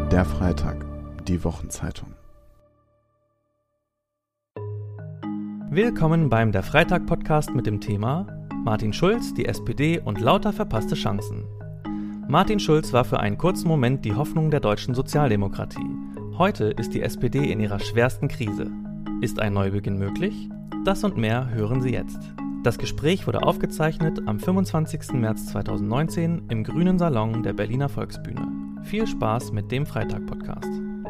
Der Freitag, die Wochenzeitung. Willkommen beim Der Freitag-Podcast mit dem Thema Martin Schulz, die SPD und lauter verpasste Chancen. Martin Schulz war für einen kurzen Moment die Hoffnung der deutschen Sozialdemokratie. Heute ist die SPD in ihrer schwersten Krise. Ist ein Neubeginn möglich? Das und mehr hören Sie jetzt. Das Gespräch wurde aufgezeichnet am 25. März 2019 im Grünen Salon der Berliner Volksbühne. Viel Spaß mit dem Freitag-Podcast.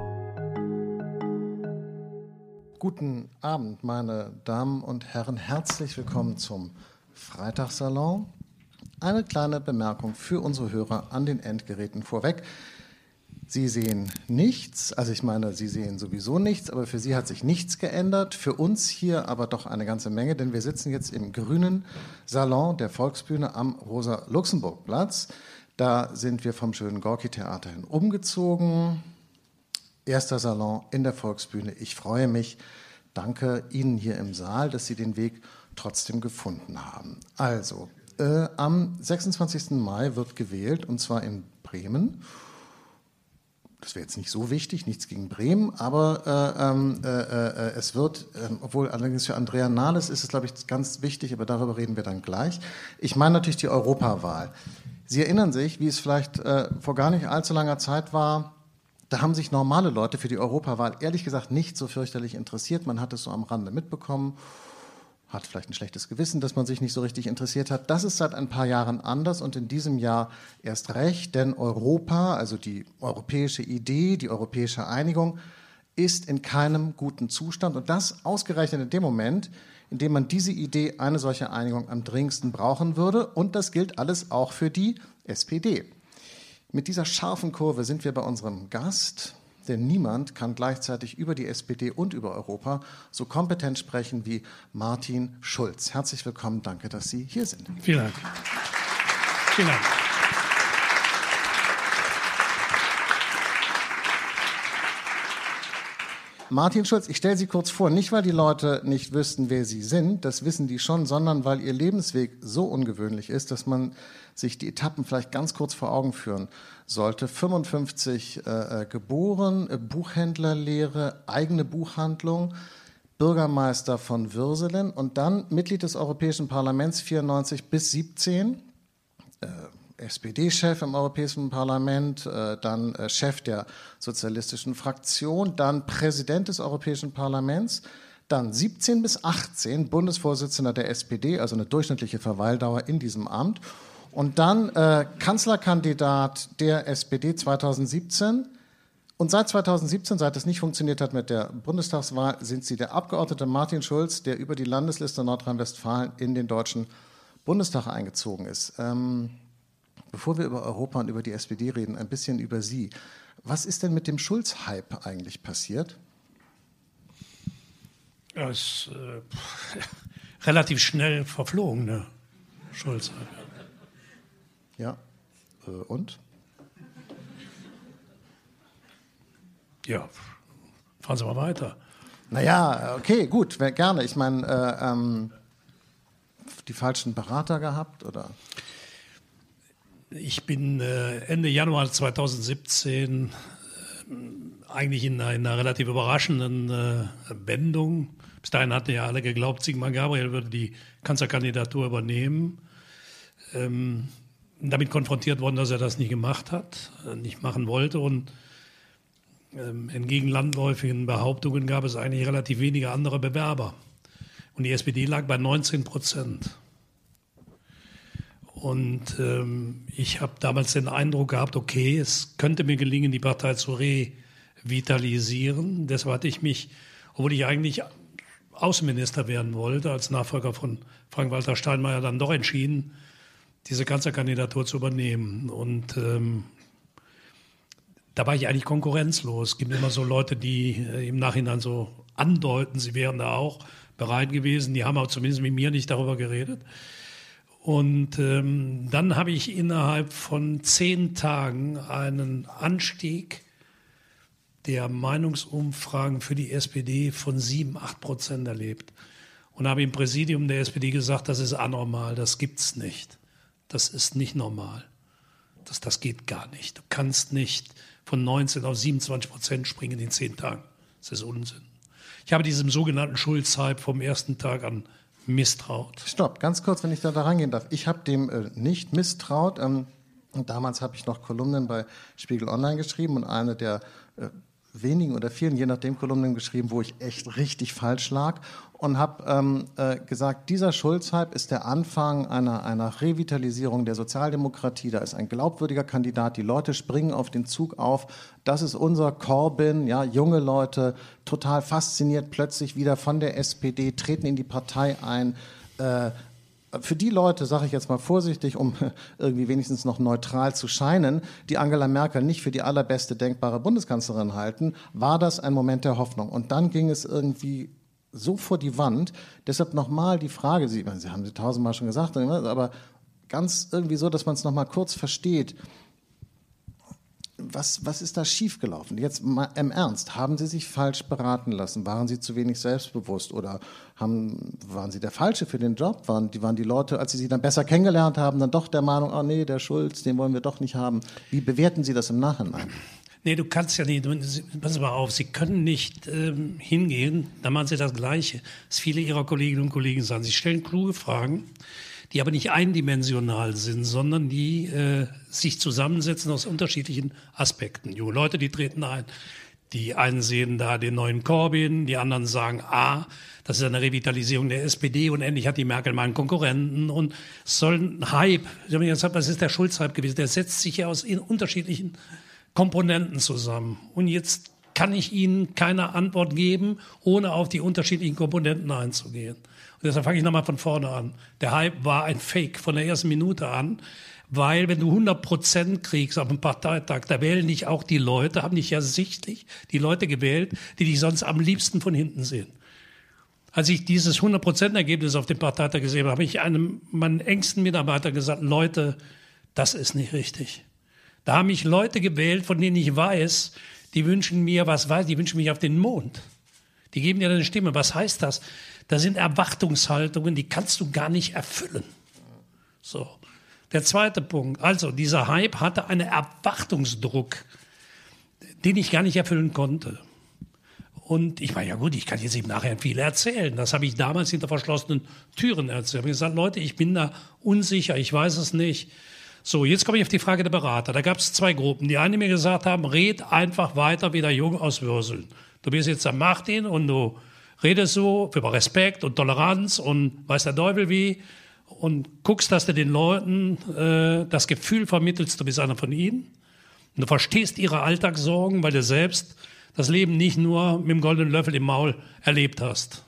Guten Abend, meine Damen und Herren. Herzlich willkommen zum Freitagssalon. Eine kleine Bemerkung für unsere Hörer an den Endgeräten vorweg. Sie sehen nichts, also ich meine, Sie sehen sowieso nichts, aber für Sie hat sich nichts geändert. Für uns hier aber doch eine ganze Menge, denn wir sitzen jetzt im Grünen Salon der Volksbühne am Rosa-Luxemburg-Platz. Da sind wir vom schönen Gorki-Theater hin umgezogen. Erster Salon in der Volksbühne. Ich freue mich. Danke Ihnen hier im Saal, dass Sie den Weg trotzdem gefunden haben. Also, am 26. Mai wird gewählt, und zwar in Bremen. Das wäre jetzt nicht so wichtig, nichts gegen Bremen, aber es wird, obwohl allerdings für Andrea Nahles ist es, glaube ich, ganz wichtig, aber darüber reden wir dann gleich. Ich meine natürlich die Europawahl. Sie erinnern sich, wie es vielleicht vor gar nicht allzu langer Zeit war, da haben sich normale Leute für die Europawahl ehrlich gesagt nicht so fürchterlich interessiert. Man hat es so am Rande mitbekommen, hat vielleicht ein schlechtes Gewissen, dass man sich nicht so richtig interessiert hat. Das ist seit ein paar Jahren anders und in diesem Jahr erst recht, denn Europa, also die europäische Idee, die europäische Einigung, ist in keinem guten Zustand. Und das ausgerechnet in dem Moment, in dem man diese Idee, eine solche Einigung am dringendsten brauchen würde. Und das gilt alles auch für die SPD. Mit dieser scharfen Kurve sind wir bei unserem Gast. Denn niemand kann gleichzeitig über die SPD und über Europa so kompetent sprechen wie Martin Schulz. Herzlich willkommen, danke, dass Sie hier sind. Vielen Dank. Vielen Dank. Martin Schulz, ich stelle Sie kurz vor, nicht weil die Leute nicht wüssten, wer Sie sind, das wissen die schon, sondern weil Ihr Lebensweg so ungewöhnlich ist, dass man sich die Etappen vielleicht ganz kurz vor Augen führen sollte. 55 geboren, Buchhändlerlehre, eigene Buchhandlung, Bürgermeister von Würselen und dann Mitglied des Europäischen Parlaments 94 bis 17, SPD-Chef im Europäischen Parlament, dann Chef der sozialistischen Fraktion, dann Präsident des Europäischen Parlaments, dann 17 bis 18 Bundesvorsitzender der SPD, also eine durchschnittliche Verweildauer in diesem Amt. Und dann Kanzlerkandidat der SPD 2017. Und seit 2017, seit es nicht funktioniert hat mit der Bundestagswahl, sind Sie der Abgeordnete Martin Schulz, der über die Landesliste Nordrhein-Westfalen in den Deutschen Bundestag eingezogen ist. Bevor wir über Europa und über die SPD reden, ein bisschen über Sie. Was ist denn mit dem Schulz-Hype eigentlich passiert? Ja, es ist relativ schnell verflogen, der Schulz-Hype. Ja, und? Ja, fahren Sie mal weiter. Naja, okay, gut, gerne. Ich meine, die falschen Berater gehabt, oder? Ich bin Ende Januar 2017 eigentlich in einer relativ überraschenden Wendung. Bis dahin hatten ja alle geglaubt, Sigmar Gabriel würde die Kanzlerkandidatur übernehmen. Damit konfrontiert worden, dass er das nicht gemacht hat, nicht machen wollte. Und entgegen landläufigen Behauptungen gab es eigentlich relativ wenige andere Bewerber. Und die SPD lag bei 19%. Und ich habe damals den Eindruck gehabt, okay, es könnte mir gelingen, die Partei zu revitalisieren. Deshalb hatte ich mich, obwohl ich eigentlich Außenminister werden wollte, als Nachfolger von Frank-Walter Steinmeier, dann doch entschieden, diese Kanzlerkandidatur zu übernehmen. Und da war ich eigentlich konkurrenzlos. Es gibt immer so Leute, die im Nachhinein so andeuten, sie wären da auch bereit gewesen. Die haben aber zumindest mit mir nicht darüber geredet. Und dann habe ich innerhalb von 10 Tagen einen Anstieg der Meinungsumfragen für die SPD von 7-8% erlebt. Und habe im Präsidium der SPD gesagt, das ist anormal, das gibt's nicht. Das ist nicht normal. Das geht gar nicht. Du kannst nicht von 19 auf 27% springen in 10 Tagen. Das ist Unsinn. Ich habe diesem sogenannten Schulz-Hype vom ersten Tag an misstraut. Stopp, ganz kurz, wenn ich da rangehen darf. Ich habe dem nicht misstraut. Und damals habe ich noch Kolumnen bei Spiegel Online geschrieben und eine der wenigen oder vielen, je nachdem, Kolumnen geschrieben, wo ich echt richtig falsch lag und habe gesagt, dieser Schulz-Hype ist der Anfang einer Revitalisierung der Sozialdemokratie. Da ist ein glaubwürdiger Kandidat, die Leute springen auf den Zug auf. Das ist unser Corbyn, ja, junge Leute, total fasziniert plötzlich wieder von der SPD, treten in die Partei ein. Für die Leute, sage ich jetzt mal vorsichtig, um irgendwie wenigstens noch neutral zu scheinen, die Angela Merkel nicht für die allerbeste denkbare Bundeskanzlerin halten, war das ein Moment der Hoffnung. Und dann ging es irgendwie so vor die Wand. Deshalb nochmal die Frage, Sie haben sie 1000-mal schon gesagt, aber ganz irgendwie so, dass man es nochmal kurz versteht. Was ist da schiefgelaufen? Jetzt mal im Ernst, haben Sie sich falsch beraten lassen? Waren Sie zu wenig selbstbewusst oder waren Sie der Falsche für den Job? Waren die Leute, als Sie sie dann besser kennengelernt haben, dann doch der Meinung, oh nee, der Schulz, den wollen wir doch nicht haben? Wie bewerten Sie das im Nachhinein? Nee, du kannst ja nicht, pass mal auf, Sie können nicht hingehen, dann machen Sie das Gleiche, was viele Ihrer Kolleginnen und Kollegen sagen. Sie stellen kluge Fragen, die aber nicht eindimensional sind, sondern die sich zusammensetzen aus unterschiedlichen Aspekten. Junge Leute, die treten ein. Die einen sehen da den neuen Corbyn, die anderen sagen, das ist eine Revitalisierung der SPD und endlich hat die Merkel mal einen Konkurrenten und es soll ein Hype, was ist der Schulz-Hype gewesen, der setzt sich ja aus unterschiedlichen Komponenten zusammen. Und jetzt kann ich Ihnen keine Antwort geben, ohne auf die unterschiedlichen Komponenten einzugehen. Und deshalb fange ich nochmal von vorne an. Der Hype war ein Fake von der ersten Minute an, weil wenn du 100% kriegst auf dem Parteitag, da wählen dich auch die Leute, haben dich ja sichtlich die Leute gewählt, die dich sonst am liebsten von hinten sehen. Als ich dieses 100%-Ergebnis auf dem Parteitag gesehen habe, habe ich meinen engsten Mitarbeiter gesagt, Leute, das ist nicht richtig. Da haben mich Leute gewählt, von denen ich weiß, die wünschen mir, die wünschen mich auf den Mond. Die geben dir eine Stimme. Was heißt das? Da sind Erwartungshaltungen, die kannst du gar nicht erfüllen. So. Der zweite Punkt. Also, dieser Hype hatte einen Erwartungsdruck, den ich gar nicht erfüllen konnte. Und ich meine, ja gut, ich kann jetzt eben nachher viel erzählen. Das habe ich damals hinter verschlossenen Türen erzählt. Ich habe gesagt, Leute, ich bin da unsicher, ich weiß es nicht. So, jetzt komme ich auf die Frage der Berater. Da gab es 2 Gruppen. Die eine mir gesagt haben, red einfach weiter wie der Junge aus Würsel. Du bist jetzt der Martin und du redest so über Respekt und Toleranz und weiß der Teufel wie und guckst, dass du den Leuten das Gefühl vermittelst, du bist einer von ihnen. Und du verstehst ihre Alltagssorgen, weil du selbst das Leben nicht nur mit dem goldenen Löffel im Maul erlebt hast.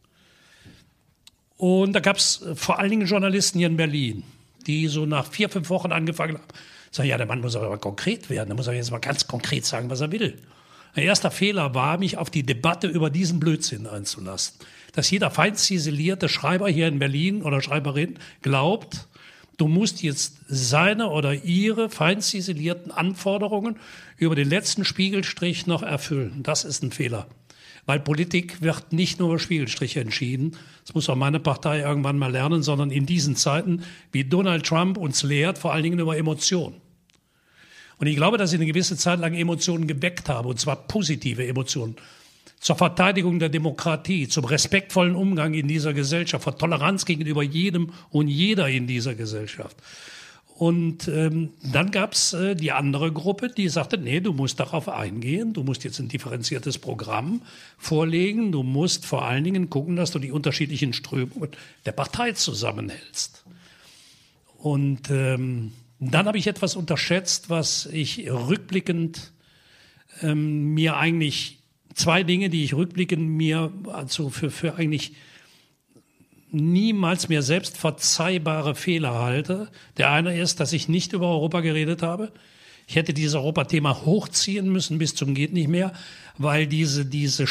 Und da gab es vor allen Dingen Journalisten hier in Berlin, die so nach 4-5 Wochen angefangen haben, sagen, ja, der Mann muss aber mal konkret werden, der muss aber jetzt mal ganz konkret sagen, was er will. Mein erster Fehler war, mich auf die Debatte über diesen Blödsinn einzulassen. Dass jeder fein ziselierte Schreiber hier in Berlin oder Schreiberin glaubt, du musst jetzt seine oder ihre fein ziselierten Anforderungen über den letzten Spiegelstrich noch erfüllen. Das ist ein Fehler. Weil Politik wird nicht nur über Spiegelstriche entschieden. Das muss auch meine Partei irgendwann mal lernen, sondern in diesen Zeiten, wie Donald Trump uns lehrt, vor allen Dingen über Emotionen. Und ich glaube, dass ich eine gewisse Zeit lang Emotionen geweckt habe, und zwar positive Emotionen. Zur Verteidigung der Demokratie, zum respektvollen Umgang in dieser Gesellschaft, vor Toleranz gegenüber jedem und jeder in dieser Gesellschaft. Und dann gab's die andere Gruppe, die sagte, nee, du musst darauf eingehen, du musst jetzt ein differenziertes Programm vorlegen, du musst vor allen Dingen gucken, dass du die unterschiedlichen Strömungen der Partei zusammenhältst. Und dann habe ich etwas unterschätzt, was ich rückblickend mir eigentlich, 2 Dinge, die ich rückblickend mir also für eigentlich niemals mehr selbst verzeihbare Fehler halte. Der eine ist, dass ich nicht über Europa geredet habe. Ich hätte dieses Europathema hochziehen müssen bis zum geht nicht mehr, weil diese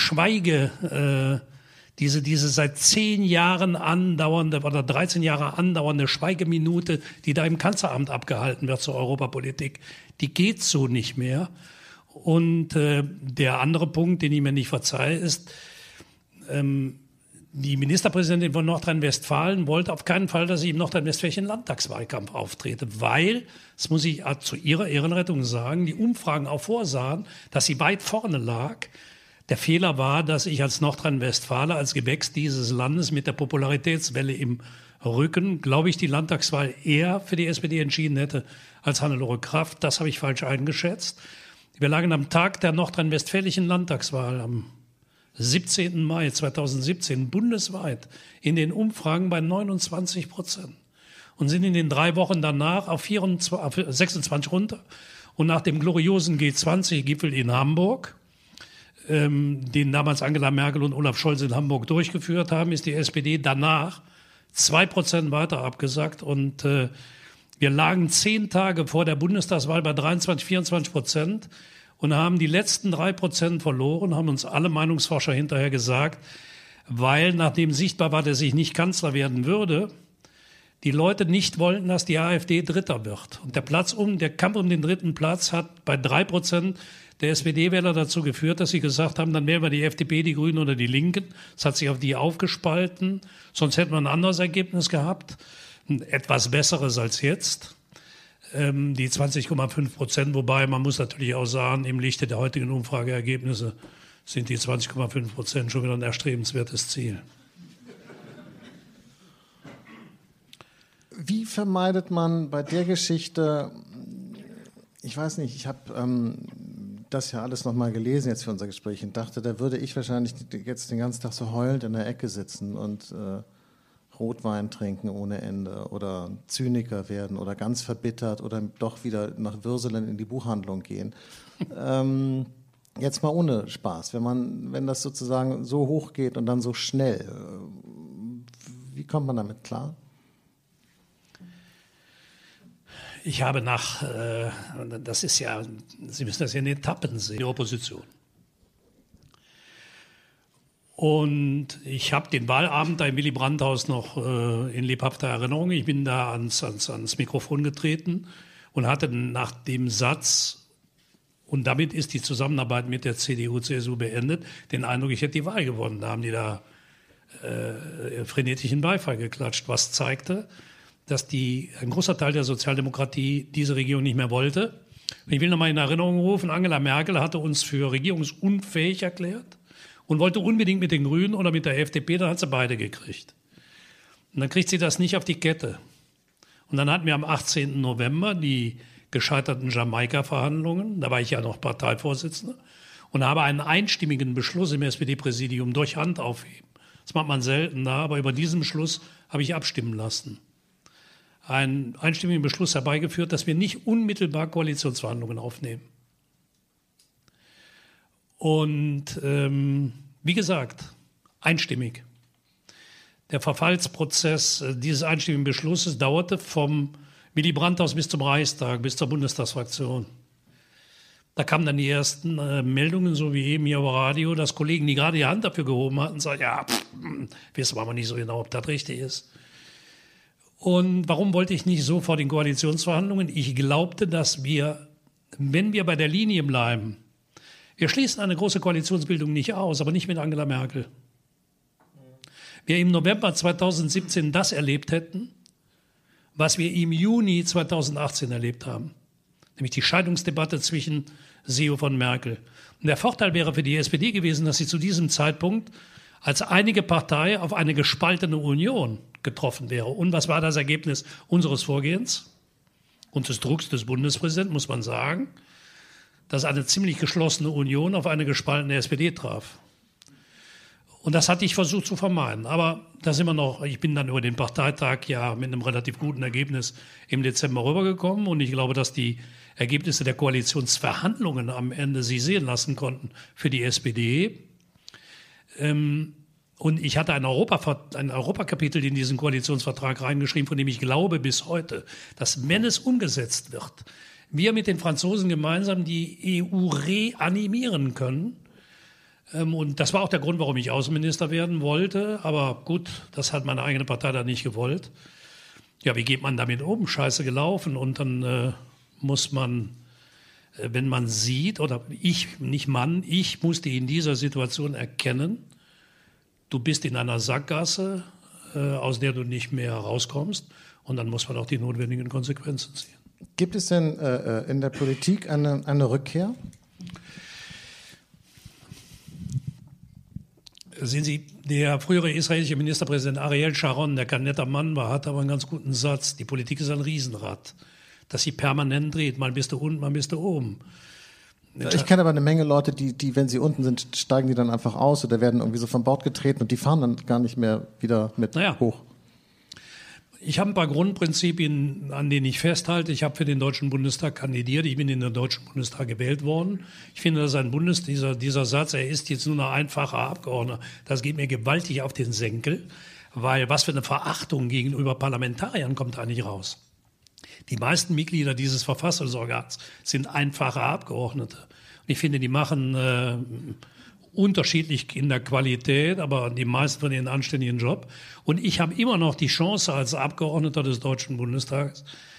seit 10 Jahren andauernde oder 13 Jahre andauernde Schweigeminute, die da im Kanzleramt abgehalten wird zur Europapolitik, die geht so nicht mehr. Und der andere Punkt, den ich mir nicht verzeihe, ist, Die Ministerpräsidentin von Nordrhein-Westfalen wollte auf keinen Fall, dass ich im nordrhein-westfälischen Landtagswahlkampf auftrete, weil, das muss ich zu ihrer Ehrenrettung sagen, die Umfragen auch vorsahen, dass sie weit vorne lag. Der Fehler war, dass ich als Nordrhein-Westfaler, als Gewächs dieses Landes mit der Popularitätswelle im Rücken, glaube ich, die Landtagswahl eher für die SPD entschieden hätte als Hannelore Kraft. Das habe ich falsch eingeschätzt. Wir lagen am Tag der nordrhein-westfälischen Landtagswahl am 17. Mai 2017 bundesweit in den Umfragen bei 29% und sind in den 3 Wochen danach auf 26 runter. Und nach dem gloriosen G20-Gipfel in Hamburg, den damals Angela Merkel und Olaf Scholz in Hamburg durchgeführt haben, ist die SPD danach 2% weiter abgesackt. Und wir lagen 10 Tage vor der Bundestagswahl bei 23-24% und haben die letzten 3% verloren, haben uns alle Meinungsforscher hinterher gesagt, weil nachdem sichtbar war, dass ich nicht Kanzler werden würde, die Leute nicht wollten, dass die AfD Dritter wird. Und der Kampf um den 3. Platz hat bei 3% der SPD-Wähler dazu geführt, dass sie gesagt haben, dann wählen wir die FDP, die Grünen oder die Linken. Das hat sich auf die aufgespalten. Sonst hätten wir ein anderes Ergebnis gehabt. Ein etwas besseres als jetzt. Die 20,5%, wobei man muss natürlich auch sagen, im Lichte der heutigen Umfrageergebnisse sind die 20,5% schon wieder ein erstrebenswertes Ziel. Wie vermeidet man bei der Geschichte, ich weiß nicht, ich habe das ja alles nochmal gelesen jetzt für unser Gespräch und dachte, da würde ich wahrscheinlich jetzt den ganzen Tag so heulend in der Ecke sitzen und Rotwein trinken ohne Ende oder Zyniker werden oder ganz verbittert oder doch wieder nach Würselen in die Buchhandlung gehen. Jetzt mal ohne Spaß, wenn das sozusagen so hoch geht und dann so schnell, wie kommt man damit klar? Ich habe das ist ja, Sie müssen das ja in Etappen sehen, die Opposition. Und ich habe den Wahlabend da im Willy-Brandt-Haus noch in lebhafter Erinnerung. Ich bin da ans Mikrofon getreten und hatte nach dem Satz, und damit ist die Zusammenarbeit mit der CDU, CSU beendet, den Eindruck, ich hätte die Wahl gewonnen. Da haben die da frenetischen Beifall geklatscht, was zeigte, dass ein großer Teil der Sozialdemokratie diese Regierung nicht mehr wollte. Und ich will nochmal in Erinnerung rufen, Angela Merkel hatte uns für regierungsunfähig erklärt und wollte unbedingt mit den Grünen oder mit der FDP, dann hat sie beide gekriegt. Und dann kriegt sie das nicht auf die Kette. Und dann hatten wir am 18. November die gescheiterten Jamaika-Verhandlungen, da war ich ja noch Parteivorsitzender, und habe einen einstimmigen Beschluss im SPD-Präsidium durch Hand aufheben. Das macht man selten da, aber über diesen Beschluss habe ich abstimmen lassen. Einen einstimmigen Beschluss herbeigeführt, dass wir nicht unmittelbar Koalitionsverhandlungen aufnehmen. Und wie gesagt, einstimmig. Der Verfallsprozess dieses einstimmigen Beschlusses dauerte vom Willy-Brandt-Haus bis zum Reichstag, bis zur Bundestagsfraktion. Da kamen dann die ersten Meldungen, so wie eben hier auf Radio, dass Kollegen, die gerade die Hand dafür gehoben hatten, sagen, ja, wissen wir aber nicht so genau, ob das richtig ist. Und warum wollte ich nicht so vor den Koalitionsverhandlungen? Ich glaubte, dass wir, wenn wir bei der Linie bleiben, wir schließen eine große Koalitionsbildung nicht aus, aber nicht mit Angela Merkel. Wir im November 2017 das erlebt hätten, was wir im Juni 2018 erlebt haben, nämlich die Scheidungsdebatte zwischen Seehofer und Merkel. Und der Vorteil wäre für die SPD gewesen, dass sie zu diesem Zeitpunkt als einige Partei auf eine gespaltene Union getroffen wäre. Und was war das Ergebnis unseres Vorgehens und des Drucks des Bundespräsidenten, muss man sagen, dass eine ziemlich geschlossene Union auf eine gespaltene SPD traf. Und das hatte ich versucht zu vermeiden. Aber da sind wir noch, ich bin dann über den Parteitag ja mit einem relativ guten Ergebnis im Dezember rübergekommen. Und ich glaube, dass die Ergebnisse der Koalitionsverhandlungen am Ende sie sehen lassen konnten für die SPD. Und ich hatte ein Europakapitel in diesen Koalitionsvertrag reingeschrieben, von dem ich glaube bis heute, dass, wenn es umgesetzt wird, wir mit den Franzosen gemeinsam die EU reanimieren können. Und das war auch der Grund, warum ich Außenminister werden wollte. Aber gut, das hat meine eigene Partei da nicht gewollt. Ja, wie geht man damit um? Scheiße gelaufen. Und dann muss man, wenn man sieht, oder ich musste in dieser Situation erkennen, du bist in einer Sackgasse, aus der du nicht mehr rauskommst. Und dann muss man auch die notwendigen Konsequenzen ziehen. Gibt es denn in der Politik eine Rückkehr? Sehen Sie, der frühere israelische Ministerpräsident Ariel Sharon, der kein netter Mann war, hat aber einen ganz guten Satz. Die Politik ist ein Riesenrad, das sich permanent dreht. Mal bist du unten, mal bist du oben. Ich kenne aber eine Menge Leute, die, wenn sie unten sind, steigen die dann einfach aus oder werden irgendwie so von Bord getreten und die fahren dann gar nicht mehr wieder mit hoch. Ich habe ein paar Grundprinzipien, an denen ich festhalte. Ich habe für den Deutschen Bundestag kandidiert. Ich bin in den Deutschen Bundestag gewählt worden. Ich finde, dass dieser Satz, er ist jetzt nur ein einfacher Abgeordneter, das geht mir gewaltig auf den Senkel, weil was für eine Verachtung gegenüber Parlamentariern kommt da nicht raus. Die meisten Mitglieder dieses Verfassungsorgans sind einfache Abgeordnete. Und ich finde, die machen unterschiedlich in der Qualität, aber die meisten von ihnen einen anständigen Job. Und ich habe immer noch die Chance als Abgeordneter des Deutschen Bundestags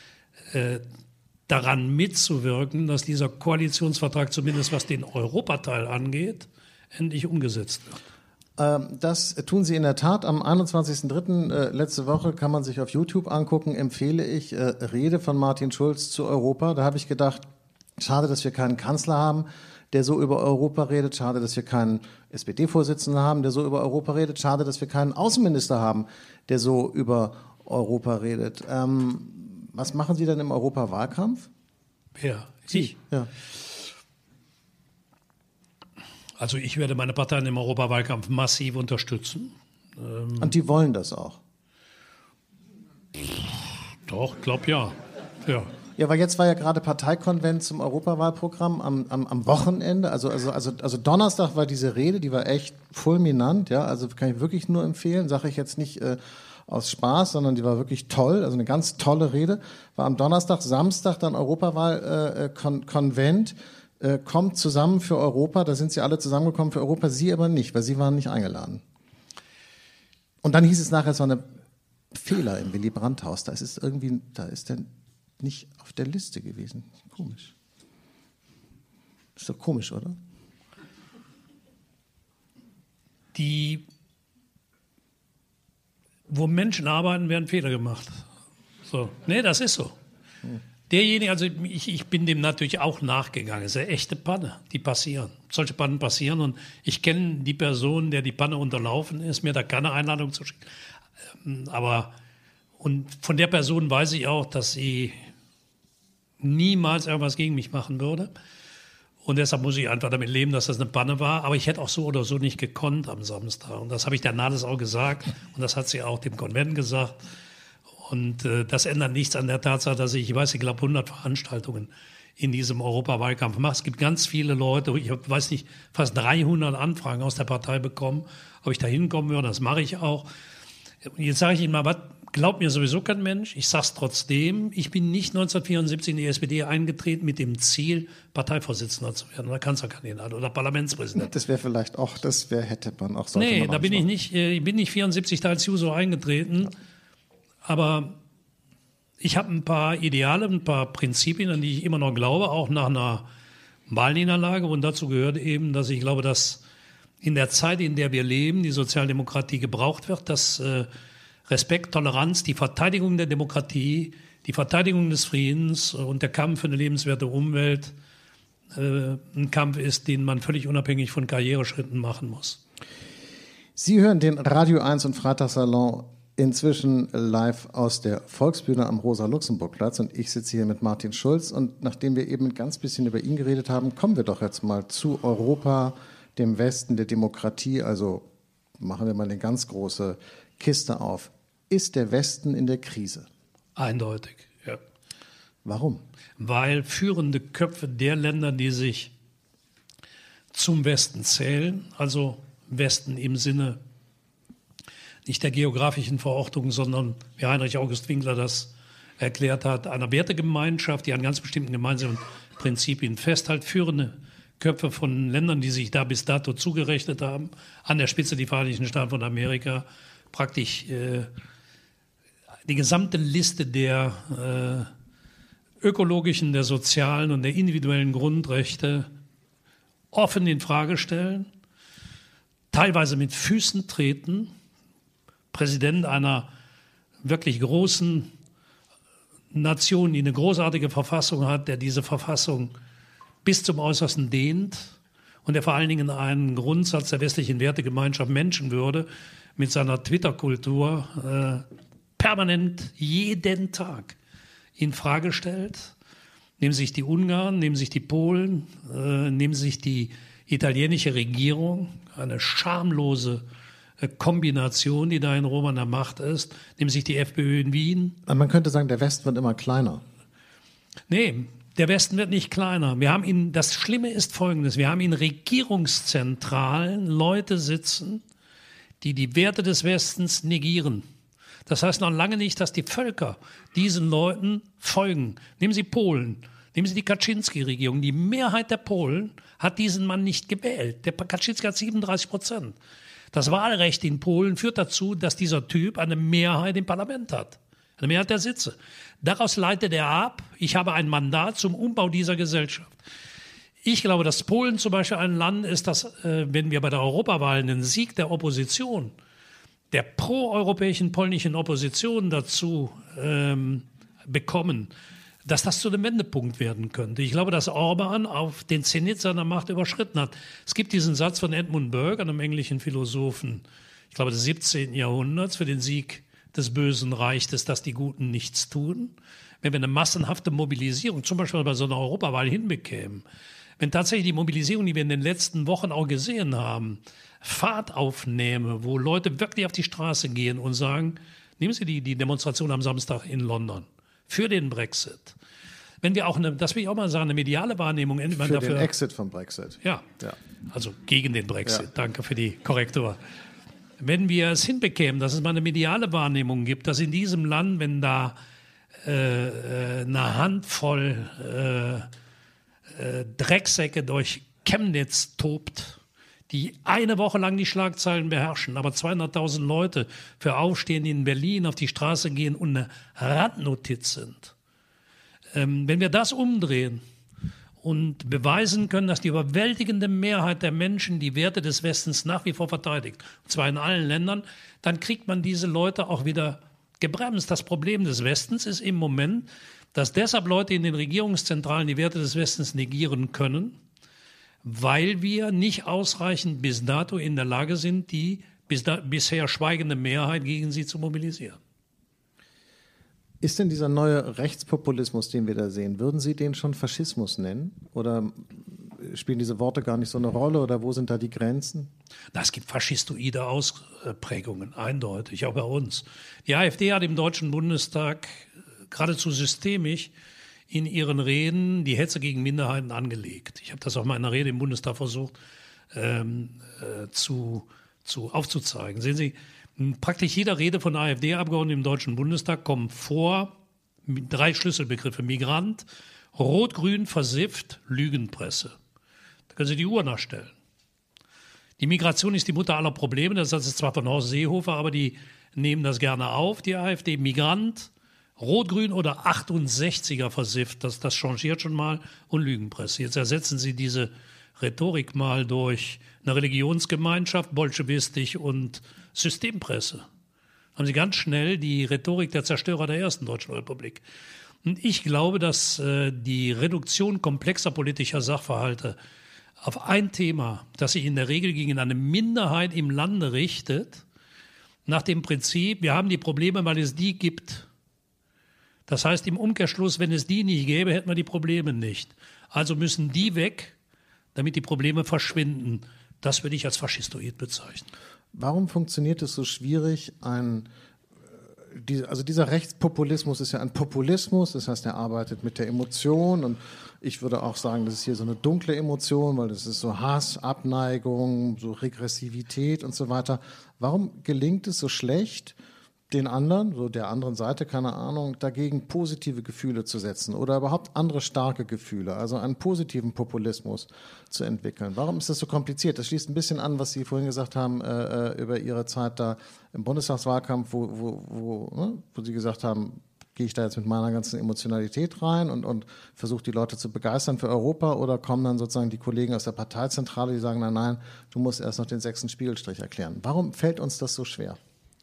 daran mitzuwirken, dass dieser Koalitionsvertrag, zumindest was den Europateil angeht, endlich umgesetzt wird. Das tun Sie in der Tat. Am 21.03. Letzte Woche kann man sich auf YouTube angucken, empfehle ich Rede von Martin Schulz zu Europa. Da habe ich gedacht, schade, dass wir keinen Kanzler haben, der so über Europa redet. Schade, dass wir keinen SPD-Vorsitzenden haben, der so über Europa redet. Schade, dass wir keinen Außenminister haben, der so über Europa redet. Was machen Sie denn im Europawahlkampf? Ja, ich? Ja. Also ich werde meine Parteien im Europawahlkampf massiv unterstützen. Und die wollen das auch? Doch, glaube ja. Ja, weil jetzt war ja gerade Parteikonvent zum Europawahlprogramm am Wochenende. Also Donnerstag war diese Rede, die war echt fulminant. Ja, also kann ich wirklich nur empfehlen. Sage ich jetzt nicht aus Spaß, sondern die war wirklich toll. Also eine ganz tolle Rede. War am Donnerstag, Samstag dann Europawahlkonvent. Kommt zusammen für Europa, da sind sie alle zusammengekommen für Europa, Sie aber nicht, weil Sie waren nicht eingeladen. Und dann hieß es nachher, es war ein Fehler im Willy Brandt-Haus, da ist der nicht auf der Liste gewesen. Komisch. Ist doch komisch, oder? Wo Menschen arbeiten, werden Fehler gemacht. So. Nee, das ist so. Derjenige, also ich bin dem natürlich auch nachgegangen. Es ist eine echte Panne, die passieren. Solche Pannen passieren und ich kenne die Person, der die Panne unterlaufen ist, mir da keine Einladung zu schicken. Und von der Person weiß ich auch, dass sie niemals irgendwas gegen mich machen würde. Und deshalb muss ich einfach damit leben, dass das eine Panne war. Aber ich hätte auch so oder so nicht gekonnt am Samstag. Und das habe ich der Nahles auch gesagt. Und das hat sie auch dem Konvent gesagt. Und das ändert nichts an der Tatsache, dass ich glaube 100 Veranstaltungen in diesem Europawahlkampf mache. Es gibt ganz viele Leute, ich habe, weiß nicht, fast 300 Anfragen aus der Partei bekommen, ob ich da hinkommen würde. Das mache ich auch. Jetzt sage ich Ihnen mal, was glaubt mir sowieso kein Mensch. Ich sage es trotzdem. Ich bin nicht 1974 in die SPD eingetreten mit dem Ziel, Parteivorsitzender zu werden oder Kanzlerkandidat oder Parlamentspräsident. Das wäre vielleicht auch, hätte man auch. Nee, da bin ich nicht. Ich bin nicht 74 da als Juso eingetreten. Ja. Aber ich habe ein paar Ideale, ein paar Prinzipien, an die ich immer noch glaube, auch nach einer Wahlniederlage. Und dazu gehört eben, dass ich glaube, dass in der Zeit, in der wir leben, die Sozialdemokratie gebraucht wird, dass Respekt, Toleranz, die Verteidigung der Demokratie, die Verteidigung des Friedens und der Kampf für eine lebenswerte Umwelt ein Kampf ist, den man völlig unabhängig von Karriereschritten machen muss. Sie hören den Radio 1 und Freitagssalon inzwischen live aus der Volksbühne am Rosa-Luxemburg-Platz und ich sitze hier mit Martin Schulz und nachdem wir eben ein ganz bisschen über ihn geredet haben, kommen wir doch jetzt mal zu Europa, dem Westen der Demokratie, also machen wir mal eine ganz große Kiste auf. Ist der Westen in der Krise? Eindeutig, ja. Warum? Weil führende Köpfe der Länder, die sich zum Westen zählen, also Westen im Sinne nicht der geografischen Verortung, sondern wie Heinrich August Winkler das erklärt hat, einer Wertegemeinschaft, die an ganz bestimmten gemeinsamen Prinzipien festhält, führende Köpfe von Ländern, die sich da bis dato zugerechnet haben, an der Spitze die Vereinigten Staaten von Amerika, praktisch die gesamte Liste der ökologischen, der sozialen und der individuellen Grundrechte offen in Frage stellen, teilweise mit Füßen treten, Präsident einer wirklich großen Nation, die eine großartige Verfassung hat, der diese Verfassung bis zum Äußersten dehnt und der vor allen Dingen einen Grundsatz der westlichen Wertegemeinschaft Menschenwürde mit seiner Twitter-Kultur permanent jeden Tag in Frage stellt. Nehmen sich die Ungarn, nehmen sich die Polen, nehmen sich die italienische Regierung, eine schamlose Kombination, die da in Rom an der Macht ist, nehmen sich die FPÖ in Wien. Man könnte sagen, der Westen wird immer kleiner. Nee, der Westen wird nicht kleiner. Das Schlimme ist Folgendes, wir haben in Regierungszentralen Leute sitzen, die die Werte des Westens negieren. Das heißt noch lange nicht, dass die Völker diesen Leuten folgen. Nehmen Sie Polen, nehmen Sie die Kaczynski-Regierung. Die Mehrheit der Polen hat diesen Mann nicht gewählt. Der Kaczynski hat 37%. Das Wahlrecht in Polen führt dazu, dass dieser Typ eine Mehrheit im Parlament hat. Eine Mehrheit der Sitze. Daraus leitet er ab, ich habe ein Mandat zum Umbau dieser Gesellschaft. Ich glaube, dass Polen zum Beispiel ein Land ist, das, wenn wir bei der Europawahl einen Sieg der Opposition, der proeuropäischen polnischen Opposition dazu bekommen, dass das zu einem Wendepunkt werden könnte. Ich glaube, dass Orban auf den Zenit seiner Macht überschritten hat. Es gibt diesen Satz von Edmund Burke, einem englischen Philosophen, ich glaube des 17. Jahrhunderts, für den Sieg des Bösen reicht es, dass die Guten nichts tun. Wenn wir eine massenhafte Mobilisierung, zum Beispiel bei so einer Europawahl hinbekämen, wenn tatsächlich die Mobilisierung, die wir in den letzten Wochen auch gesehen haben, Fahrt aufnehme, wo Leute wirklich auf die Straße gehen und sagen, nehmen Sie die Demonstration am Samstag in London für den Brexit. Wenn wir auch das will ich auch mal sagen, eine mediale Wahrnehmung für dafür, den Exit vom Brexit. Ja, also gegen den Brexit. Ja. Danke für die Korrektur. Wenn wir es hinbekämen, dass es mal eine mediale Wahrnehmung gibt, dass in diesem Land, wenn da eine Handvoll Drecksäcke durch Chemnitz tobt, die eine Woche lang die Schlagzeilen beherrschen, aber 200.000 Leute für Aufstehen in Berlin auf die Straße gehen und eine Randnotiz sind. Wenn wir das umdrehen und beweisen können, dass die überwältigende Mehrheit der Menschen die Werte des Westens nach wie vor verteidigt, und zwar in allen Ländern, dann kriegt man diese Leute auch wieder gebremst. Das Problem des Westens ist im Moment, dass deshalb Leute in den Regierungszentralen die Werte des Westens negieren können, weil wir nicht ausreichend bis dato in der Lage sind, die bisher schweigende Mehrheit gegen sie zu mobilisieren. Ist denn dieser neue Rechtspopulismus, den wir da sehen, würden Sie den schon Faschismus nennen? Oder spielen diese Worte gar nicht so eine Rolle? Oder wo sind da die Grenzen? Es gibt faschistoide Ausprägungen, eindeutig, auch bei uns. Die AfD hat im Deutschen Bundestag geradezu systemisch in ihren Reden die Hetze gegen Minderheiten angelegt. Ich habe das auch mal in einer Rede im Bundestag versucht aufzuzeigen. Sehen Sie, in praktisch jeder Rede von AfD-Abgeordneten im Deutschen Bundestag kommen vor 3 Schlüsselbegriffe: Migrant, Rot-Grün, versifft, Lügenpresse. Da können Sie die Uhr nachstellen. Die Migration ist die Mutter aller Probleme. Das ist zwar von Horst Seehofer, aber die nehmen das gerne auf, die AfD. Migrant, Rot-Grün oder 68er versifft, das changiert schon mal, und Lügenpresse. Jetzt ersetzen Sie diese Rhetorik mal durch eine Religionsgemeinschaft, bolschewistisch und Systempresse. Haben Sie ganz schnell die Rhetorik der Zerstörer der ersten Deutschen Republik. Und ich glaube, dass die Reduktion komplexer politischer Sachverhalte auf ein Thema, das sich in der Regel gegen eine Minderheit im Lande richtet, nach dem Prinzip, wir haben die Probleme, weil es die gibt. Das heißt im Umkehrschluss, wenn es die nicht gäbe, hätten wir die Probleme nicht. Also müssen die weg, damit die Probleme verschwinden. Das würde ich als faschistoid bezeichnen. Warum funktioniert es so schwierig, dieser Rechtspopulismus ist ja ein Populismus, das heißt, er arbeitet mit der Emotion, und ich würde auch sagen, das ist hier so eine dunkle Emotion, weil das ist so Hass, Abneigung, so Regressivität und so weiter. Warum gelingt es so schlecht, den anderen, so der anderen Seite, keine Ahnung, dagegen positive Gefühle zu setzen oder überhaupt andere starke Gefühle, also einen positiven Populismus zu entwickeln? Warum ist das so kompliziert? Das schließt ein bisschen an, was Sie vorhin gesagt haben über Ihre Zeit da im Bundestagswahlkampf, wo Sie gesagt haben, gehe ich da jetzt mit meiner ganzen Emotionalität rein und versuche die Leute zu begeistern für Europa, oder kommen dann sozusagen die Kollegen aus der Parteizentrale, die sagen, nein, du musst erst noch den 6. Spiegelstrich erklären. Warum fällt uns das so schwer?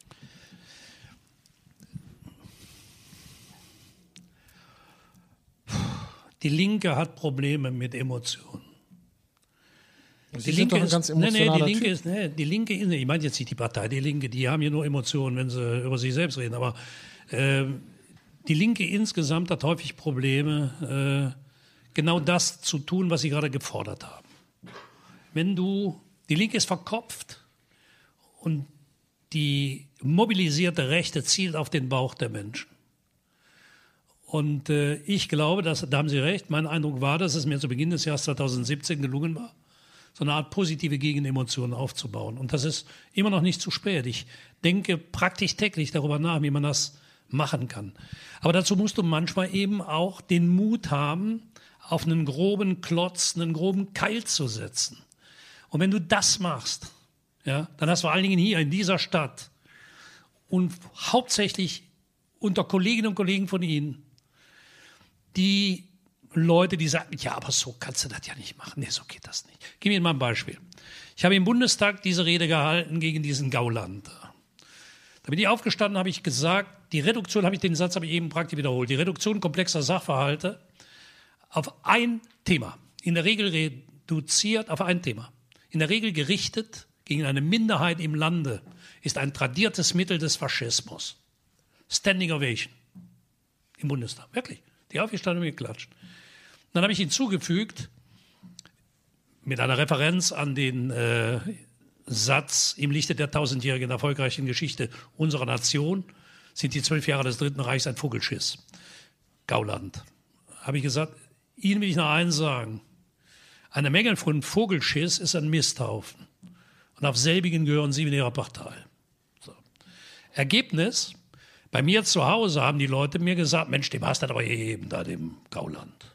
Die Linke hat Probleme mit Emotionen. Die Linke ist ganz emotionaler Typ. Die Linke, ich meine jetzt nicht die Partei, die Linke, die haben ja nur Emotionen, wenn sie über sich selbst reden, aber die Linke insgesamt hat häufig Probleme, genau das zu tun, was sie gerade gefordert haben. Die Linke ist verkopft und die mobilisierte Rechte zielt auf den Bauch der Menschen. Und ich glaube, da haben Sie recht, mein Eindruck war, dass es mir zu Beginn des Jahres 2017 gelungen war, so eine Art positive Gegenemotionen aufzubauen. Und das ist immer noch nicht zu spät. Ich denke praktisch täglich darüber nach, wie man das machen kann. Aber dazu musst du manchmal eben auch den Mut haben, auf einen groben Klotz, einen groben Keil zu setzen. Und wenn du das machst, ja, dann hast du vor allen Dingen hier in dieser Stadt und hauptsächlich unter Kolleginnen und Kollegen von Ihnen, die Leute, die sagen, ja, aber so kannst du das ja nicht machen. Nee, so geht das nicht. Ich gebe Ihnen mal ein Beispiel. Ich habe im Bundestag diese Rede gehalten gegen diesen Gauland. Da bin ich aufgestanden, habe ich gesagt, den Satz habe ich eben praktisch wiederholt, die Reduktion komplexer Sachverhalte auf ein Thema, in der Regel reduziert auf ein Thema, in der Regel gerichtet gegen eine Minderheit im Lande, ist ein tradiertes Mittel des Faschismus. Standing Ovation im Bundestag, wirklich. Die aufgestanden und geklatscht. Dann habe ich hinzugefügt, mit einer Referenz an den Satz, im Lichte der 1000-jährigen erfolgreichen Geschichte unserer Nation sind die 12 Jahre des Dritten Reichs ein Vogelschiss. Gauland. Habe ich gesagt, Ihnen will ich noch eins sagen. Eine Menge von Vogelschiss ist ein Misthaufen. Und auf selbigen gehören Sie in Ihrer Partei. So. Ergebnis, bei mir zu Hause haben die Leute mir gesagt, Mensch, dem hast du aber gegeben, da dem Gauland.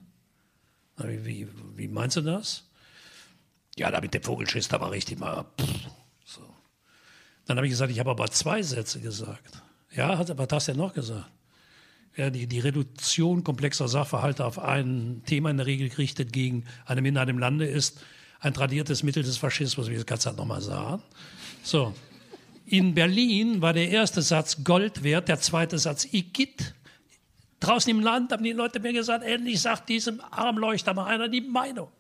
Wie meinst du das? Ja, da mit dem Vogelschiss, da war richtig mal. So. Dann habe ich gesagt, ich habe aber 2 Sätze gesagt. Ja, was hast du denn noch gesagt? Ja, die Reduktion komplexer Sachverhalte auf ein Thema in der Regel gerichtet gegen eine Minderheit im Lande ist ein tradiertes Mittel des Faschismus. Wie kannst du das nochmal sagen? So. In Berlin war der erste Satz Gold wert, der zweite Satz Igitt. Draußen im Land haben die Leute mir gesagt, endlich sagt diesem Armleuchter mal einer die Meinung.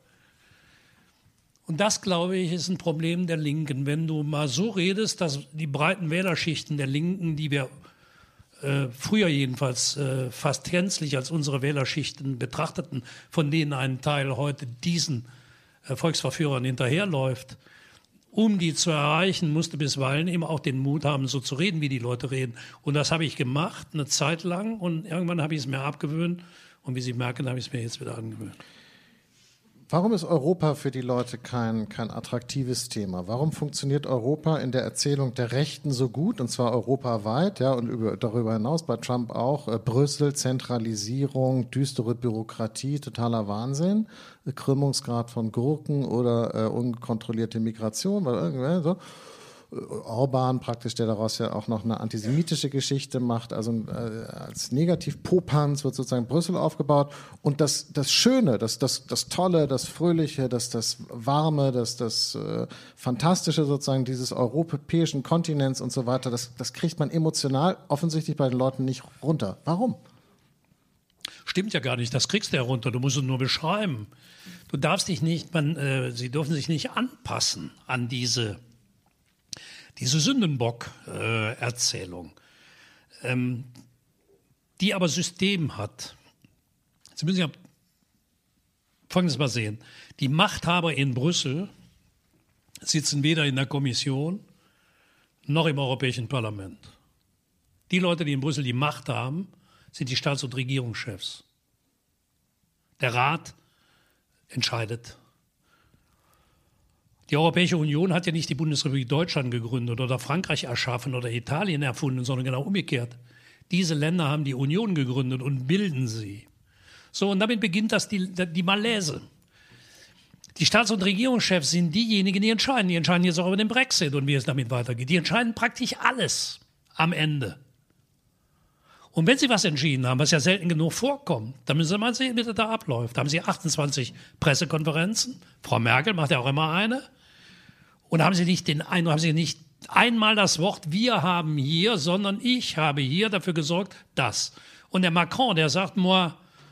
Und das, glaube ich, ist ein Problem der Linken. Wenn du mal so redest, dass die breiten Wählerschichten der Linken, die wir früher jedenfalls fast gänzlich als unsere Wählerschichten betrachteten, von denen ein Teil heute diesen Volksverführern hinterherläuft, um die zu erreichen, musste bisweilen eben auch den Mut haben, so zu reden, wie die Leute reden. Und das habe ich gemacht, eine Zeit lang. Und irgendwann habe ich es mir abgewöhnt. Und wie Sie merken, habe ich es mir jetzt wieder angewöhnt. Warum ist Europa für die Leute kein attraktives Thema? Warum funktioniert Europa in der Erzählung der Rechten so gut, und zwar europaweit, ja, und darüber hinaus bei Trump auch? Brüssel, Zentralisierung, düstere Bürokratie, totaler Wahnsinn, Krümmungsgrad von Gurken oder unkontrollierte Migration, weil irgendwer so. Orban praktisch, der daraus ja auch noch eine antisemitische Geschichte macht, also als Negativ-Popanz wird sozusagen Brüssel aufgebaut, und das Schöne, das Tolle, das Fröhliche, das Warme, das Fantastische sozusagen dieses europäischen Kontinents und so weiter, das kriegt man emotional offensichtlich bei den Leuten nicht runter. Warum? Stimmt ja gar nicht, das kriegst du ja runter, du musst es nur beschreiben. Du darfst dich nicht, sie dürfen sich nicht anpassen an diese Sündenbock-Erzählung, die aber System hat. Jetzt müssen Sie Folgendes mal sehen. Die Machthaber in Brüssel sitzen weder in der Kommission noch im Europäischen Parlament. Die Leute, die in Brüssel die Macht haben, sind die Staats- und Regierungschefs. Der Rat entscheidet. Die Europäische Union hat ja nicht die Bundesrepublik Deutschland gegründet oder Frankreich erschaffen oder Italien erfunden, sondern genau umgekehrt. Diese Länder haben die Union gegründet und bilden sie. So, und damit beginnt die Malaise. Die Staats- und Regierungschefs sind diejenigen, die entscheiden. Die entscheiden jetzt auch über den Brexit und wie es damit weitergeht. Die entscheiden praktisch alles am Ende. Und wenn Sie was entschieden haben, was ja selten genug vorkommt, dann müssen Sie mal sehen, wie das da abläuft. Da haben Sie 28 Pressekonferenzen. Frau Merkel macht ja auch immer eine. Und haben Sie nicht einmal das Wort wir haben hier, sondern ich habe hier dafür gesorgt, dass. Und der Macron, der sagt, moi,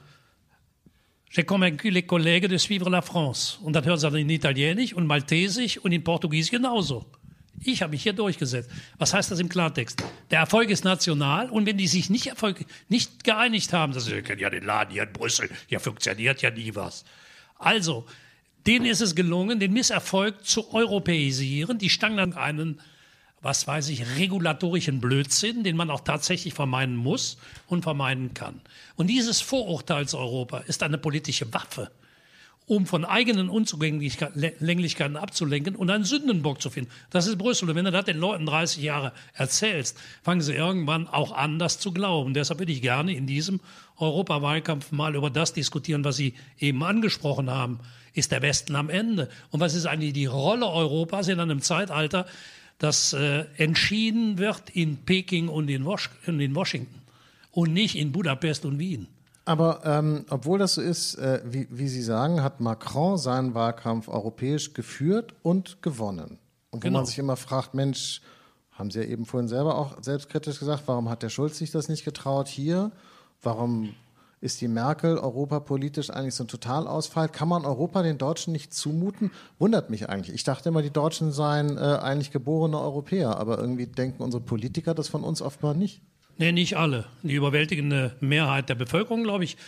j'ai convaincu les collègues de suivre la France. Und dann hören Sie dann in Italienisch und Maltesisch und in Portugiesisch genauso. Ich habe mich hier durchgesetzt. Was heißt das im Klartext? Der Erfolg ist national und wenn die sich nicht geeinigt haben, das ist, wir kennen ja den Laden hier in Brüssel, hier funktioniert ja nie was. Also, denen ist es gelungen, den Misserfolg zu europäisieren. Die stangen an einen, was weiß ich, regulatorischen Blödsinn, den man auch tatsächlich vermeiden muss und vermeiden kann. Und dieses Vorurteils-Europa ist eine politische Waffe, um von eigenen Unzulänglichkeiten abzulenken und einen Sündenbock zu finden. Das ist Brüssel. Und wenn du das den Leuten 30 Jahre erzählst, fangen sie irgendwann auch an, das zu glauben. Deshalb würde ich gerne in diesem Europawahlkampf mal über das diskutieren, was Sie eben angesprochen haben. Ist der Westen am Ende? Und was ist eigentlich die Rolle Europas in einem Zeitalter, das entschieden wird in Peking und in Washington und nicht in Budapest und Wien? Aber obwohl das so ist, wie Sie sagen, hat Macron seinen Wahlkampf europäisch geführt und gewonnen. Und wo man sich immer fragt, Mensch, haben Sie ja eben vorhin selber auch selbstkritisch gesagt, warum hat der Schulz sich das nicht getraut hier? Warum ist die Merkel europapolitisch eigentlich so ein Totalausfall? Kann man Europa den Deutschen nicht zumuten? Wundert mich eigentlich. Ich dachte immer, die Deutschen seien eigentlich geborene Europäer, aber irgendwie denken unsere Politiker das von uns oft mal nicht. Nee, nicht alle. Die überwältigende Mehrheit der Bevölkerung, glaube ich,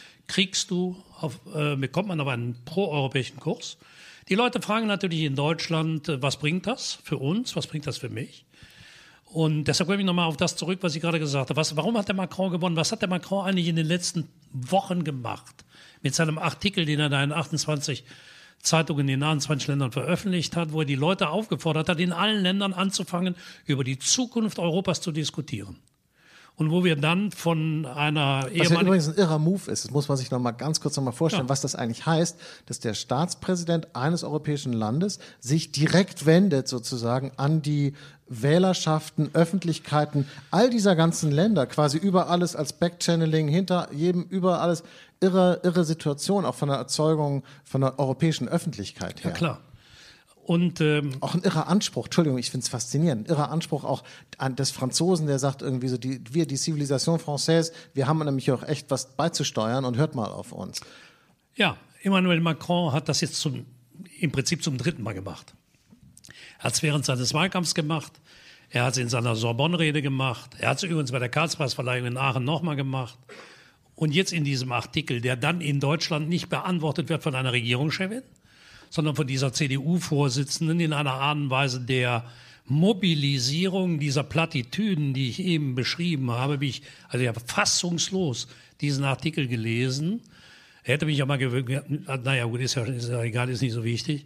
bekommt man auf einen proeuropäischen Kurs. Die Leute fragen natürlich in Deutschland, was bringt das für uns, was bringt das für mich? Und deshalb komme ich nochmal auf das zurück, was ich gerade gesagt habe. Warum hat der Macron gewonnen? Was hat der Macron eigentlich in den letzten Wochen gemacht? Mit seinem Artikel, den er da in 28 Zeitungen in 29 Ländern veröffentlicht hat, wo er die Leute aufgefordert hat, in allen Ländern anzufangen, über die Zukunft Europas zu diskutieren. Und wo wir dann von einer Was ja übrigens ein irrer Move ist, das muss man sich noch mal ganz kurz noch mal vorstellen, was das eigentlich heißt, dass der Staatspräsident eines europäischen Landes sich direkt wendet sozusagen an die Wählerschaften, Öffentlichkeiten all dieser ganzen Länder, quasi über alles als Backchanneling, hinter jedem, über alles, irre Situation, auch von der Erzeugung von der europäischen Öffentlichkeit her. Ja, klar. Und auch ein irrer Anspruch, Entschuldigung, ich finde es faszinierend, ein irrer Anspruch auch des Franzosen, der sagt irgendwie so, wir, die Civilisation Française, wir haben nämlich auch echt was beizusteuern und hört mal auf uns. Ja, Emmanuel Macron hat das jetzt im Prinzip zum 3. Mal gemacht. Er hat es während seines Wahlkampfs gemacht, er hat es in seiner Sorbonne-Rede gemacht, er hat es übrigens bei der Karlspreisverleihung in Aachen nochmal gemacht. Und jetzt in diesem Artikel, der dann in Deutschland nicht beantwortet wird von einer Regierungschefin, sondern von dieser CDU-Vorsitzenden in einer Art und Weise der Mobilisierung dieser Plattitüden, die ich eben beschrieben habe, ich habe fassungslos diesen Artikel gelesen. Er hätte mich ja mal gewöhnt, naja gut, ist ja egal, ist nicht so wichtig.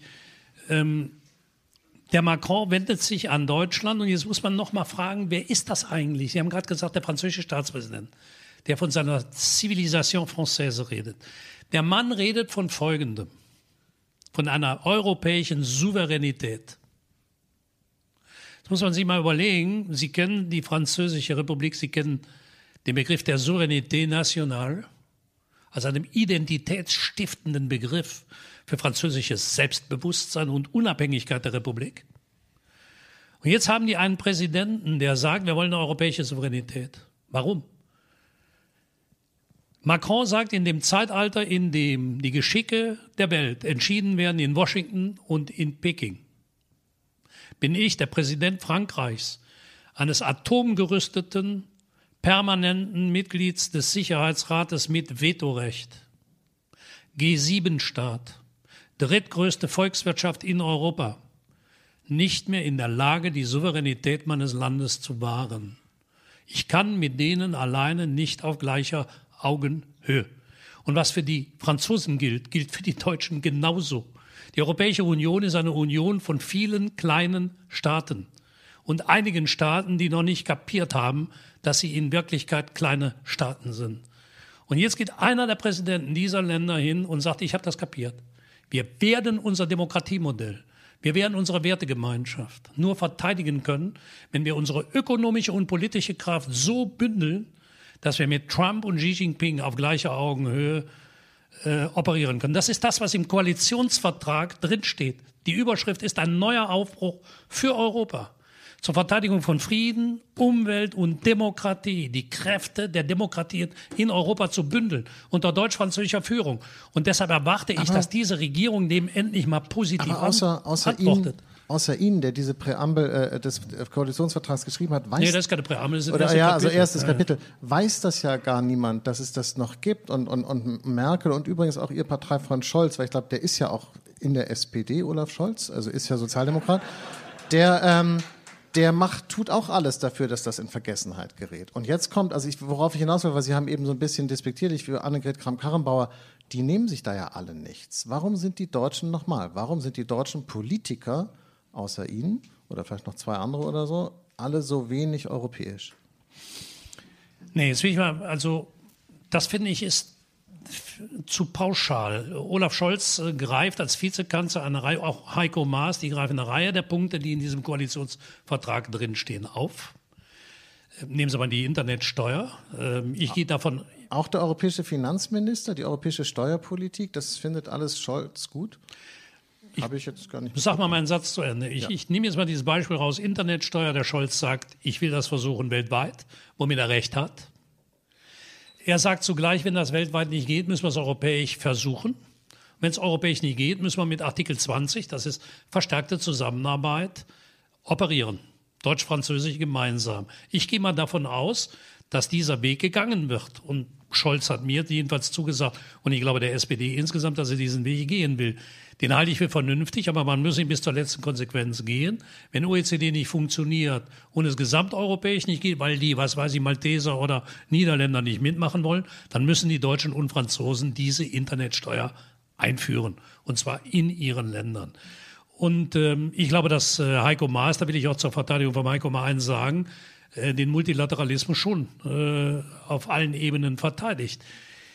Der Macron wendet sich an Deutschland und jetzt muss man noch mal fragen, wer ist das eigentlich? Sie haben gerade gesagt, der französische Staatspräsident, der von seiner Civilisation Française redet. Der Mann redet von Folgendem. Von einer europäischen Souveränität. Das muss man sich mal überlegen. Sie kennen die Französische Republik, Sie kennen den Begriff der Souveränité nationale, als einem identitätsstiftenden Begriff für französisches Selbstbewusstsein und Unabhängigkeit der Republik. Und jetzt haben die einen Präsidenten, der sagt, wir wollen eine europäische Souveränität. Warum? Macron sagt, in dem Zeitalter, in dem die Geschicke der Welt entschieden werden in Washington und in Peking, bin ich, der Präsident Frankreichs, eines atomgerüsteten, permanenten Mitglieds des Sicherheitsrates mit Vetorecht, G7-Staat, drittgrößte Volkswirtschaft in Europa, nicht mehr in der Lage, die Souveränität meines Landes zu wahren. Ich kann mit denen alleine nicht auf gleicher Augenhöhe. Und was für die Franzosen gilt, gilt für die Deutschen genauso. Die Europäische Union ist eine Union von vielen kleinen Staaten und einigen Staaten, die noch nicht kapiert haben, dass sie in Wirklichkeit kleine Staaten sind. Und jetzt geht einer der Präsidenten dieser Länder hin und sagt, ich habe das kapiert. Wir werden unser Demokratiemodell, wir werden unsere Wertegemeinschaft nur verteidigen können, wenn wir unsere ökonomische und politische Kraft so bündeln, dass wir mit Trump und Xi Jinping auf gleicher Augenhöhe operieren können. Das ist das, was im Koalitionsvertrag drinsteht. Die Überschrift ist ein neuer Aufbruch für Europa. Zur Verteidigung von Frieden, Umwelt und Demokratie, die Kräfte der Demokratien in Europa zu bündeln, unter deutsch-französischer Führung. Und deshalb erwarte ich, dass diese Regierung dem endlich mal positiv antwortet. Außer Ihnen, der diese Präambel des Koalitionsvertrags geschrieben hat, weiß... Nee, das ist keine Präambel, das ist also erstes Kapitel. Weiß das ja gar niemand, dass es das noch gibt. Und Merkel und übrigens auch Ihr Parteifreund Scholz, weil ich glaube, der ist ja auch in der SPD, Olaf Scholz, also ist ja Sozialdemokrat, der tut auch alles dafür, dass das in Vergessenheit gerät. Und jetzt kommt, worauf ich hinaus will, weil Sie haben eben so ein bisschen despektierlich für Annegret Kramp-Karrenbauer, die nehmen sich da ja alle nichts. Warum sind die Deutschen Politiker, außer Ihnen, oder vielleicht noch 2 andere oder so, alle so wenig europäisch? Nee, jetzt will ich mal, das finde ich ist zu pauschal. Olaf Scholz greift als Vizekanzler eine Reihe, auch Heiko Maas, die greifen eine Reihe der Punkte, die in diesem Koalitionsvertrag drinstehen, auf. Nehmen Sie mal die Internetsteuer. Ich gehe davon... Auch der europäische Finanzminister, die europäische Steuerpolitik, das findet alles Scholz gut? Habe ich jetzt gar nicht. Sag mal meinen Satz zu Ende. Ich nehme jetzt mal dieses Beispiel raus, Internetsteuer. Der Scholz sagt, ich will das versuchen weltweit, womit er recht hat. Er sagt zugleich, wenn das weltweit nicht geht, müssen wir es europäisch versuchen. Wenn es europäisch nicht geht, müssen wir mit Artikel 20, das ist verstärkte Zusammenarbeit, operieren. Deutsch-Französisch gemeinsam. Ich gehe mal davon aus, dass dieser Weg gegangen wird. Und Scholz hat mir jedenfalls zugesagt, und ich glaube der SPD insgesamt, dass er diesen Weg gehen will. Den halte ich für vernünftig, aber man muss ihn bis zur letzten Konsequenz gehen. Wenn OECD nicht funktioniert und es gesamteuropäisch nicht geht, weil die, Malteser oder Niederländer nicht mitmachen wollen, dann müssen die Deutschen und Franzosen diese Internetsteuer einführen. Und zwar in ihren Ländern. Und ich glaube, dass Heiko Maas, da will ich auch zur Verteidigung von Heiko Maas eins sagen, den Multilateralismus schon auf allen Ebenen verteidigt.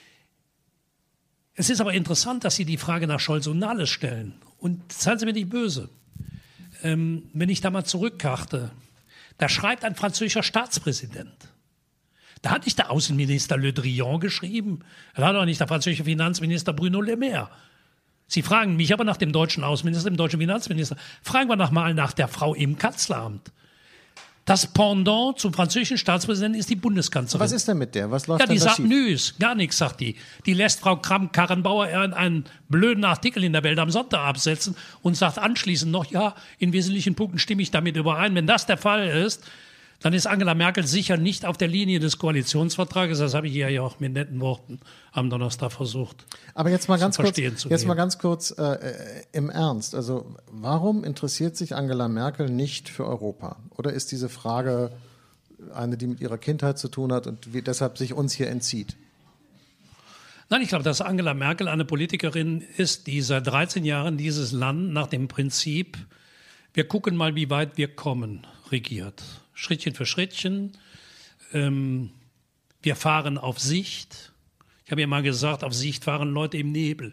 Es ist aber interessant, dass Sie die Frage nach Scholz und Nahles stellen. Und seien Sie mir nicht böse. Wenn ich da mal zurückkarte, da schreibt ein französischer Staatspräsident. Da hat nicht der Außenminister Le Drian geschrieben. Da hat auch nicht der französische Finanzminister Bruno Le Maire. Sie fragen mich aber nach dem deutschen Außenminister, dem deutschen Finanzminister. Fragen wir mal nach der Frau im Kanzleramt. Das Pendant zum französischen Staatspräsidenten ist die Bundeskanzlerin. Was ist denn mit der? Was läuft denn da schief? Ja, die sagt nüs, gar nichts, sagt die. Die lässt Frau Kramp-Karrenbauer einen blöden Artikel in der Welt am Sonntag absetzen und sagt anschließend noch, ja, in wesentlichen Punkten stimme ich damit überein. Wenn das der Fall ist, dann ist Angela Merkel sicher nicht auf der Linie des Koalitionsvertrages. Das habe ich ja auch mit netten Worten am Donnerstag versucht. Aber jetzt mal ganz kurz im Ernst. Also warum interessiert sich Angela Merkel nicht für Europa? Oder ist diese Frage eine, die mit ihrer Kindheit zu tun hat und deshalb sich uns hier entzieht? Nein, ich glaube, dass Angela Merkel eine Politikerin ist, die seit 13 Jahren dieses Land nach dem Prinzip, wir gucken mal, wie weit wir kommen, regiert. Schrittchen für Schrittchen. Wir fahren auf Sicht. Ich habe ja mal gesagt, auf Sicht fahren Leute im Nebel.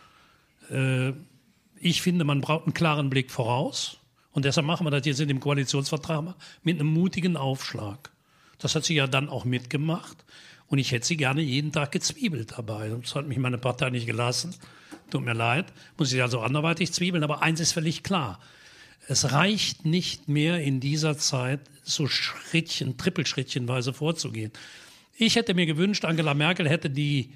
Ich finde, man braucht einen klaren Blick voraus. Und deshalb machen wir das jetzt in dem Koalitionsvertrag mit einem mutigen Aufschlag. Das hat sie ja dann auch mitgemacht. Und ich hätte sie gerne jeden Tag gezwiebelt dabei. Das hat mich meine Partei nicht gelassen. Tut mir leid. Muss ich also anderweitig zwiebeln. Aber eins ist völlig klar. Es reicht nicht mehr in dieser Zeit, so trippelschrittchenweise vorzugehen. Ich hätte mir gewünscht, Angela Merkel hätte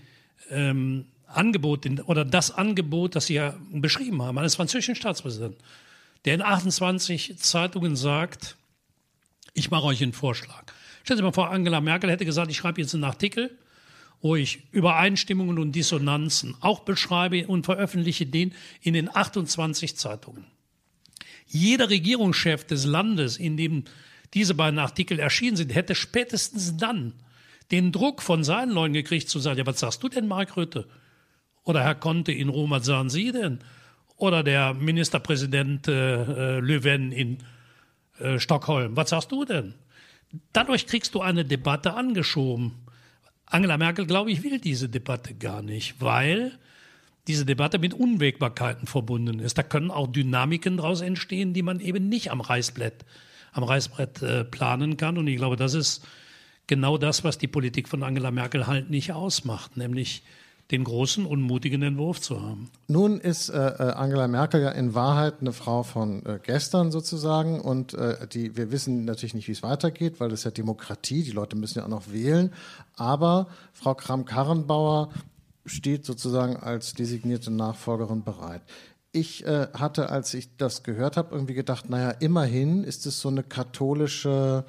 das Angebot, das Sie ja beschrieben haben, eines französischen Staatspräsidenten, der in 28 Zeitungen sagt, ich mache euch einen Vorschlag. Stellen Sie mal vor, Angela Merkel hätte gesagt, ich schreibe jetzt einen Artikel, wo ich Übereinstimmungen und Dissonanzen auch beschreibe und veröffentliche den in den 28 Zeitungen. Jeder Regierungschef des Landes, in dem diese beiden Artikel erschienen sind, hätte spätestens dann den Druck von seinen Leuten gekriegt, zu sagen, ja, was sagst du denn, Mark Rutte? Oder Herr Conte in Rom, was sagen Sie denn? Oder der Ministerpräsident Löwen in Stockholm, was sagst du denn? Dadurch kriegst du eine Debatte angeschoben. Angela Merkel, glaube ich, will diese Debatte gar nicht, weil diese Debatte mit Unwägbarkeiten verbunden ist. Da können auch Dynamiken daraus entstehen, die man eben nicht am Reißbrett planen kann. Und ich glaube, das ist genau das, was die Politik von Angela Merkel halt nicht ausmacht, nämlich den großen und mutigen Entwurf zu haben. Nun ist Angela Merkel ja in Wahrheit eine Frau von gestern sozusagen und wir wissen natürlich nicht, wie es weitergeht, weil das ist ja Demokratie, die Leute müssen ja auch noch wählen, aber Frau Kramp-Karrenbauer steht sozusagen als designierte Nachfolgerin bereit. Ich hatte, als ich das gehört habe, irgendwie gedacht, naja, immerhin ist es so eine katholische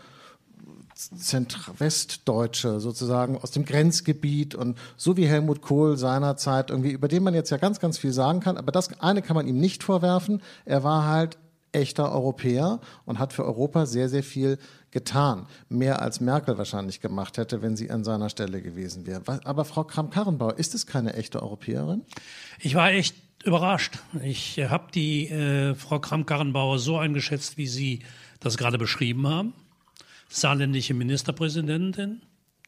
Westdeutsche sozusagen aus dem Grenzgebiet und so wie Helmut Kohl seinerzeit irgendwie, über den man jetzt ja ganz, ganz viel sagen kann, aber das eine kann man ihm nicht vorwerfen, er war halt echter Europäer und hat für Europa sehr, sehr viel getan. Mehr als Merkel wahrscheinlich gemacht hätte, wenn sie an seiner Stelle gewesen wäre. Aber Frau Kramp-Karrenbauer, ist es keine echte Europäerin? Ich war echt überrascht. Ich habe die Frau Kramp-Karrenbauer so eingeschätzt, wie Sie das gerade beschrieben haben. Saarländische Ministerpräsidentin.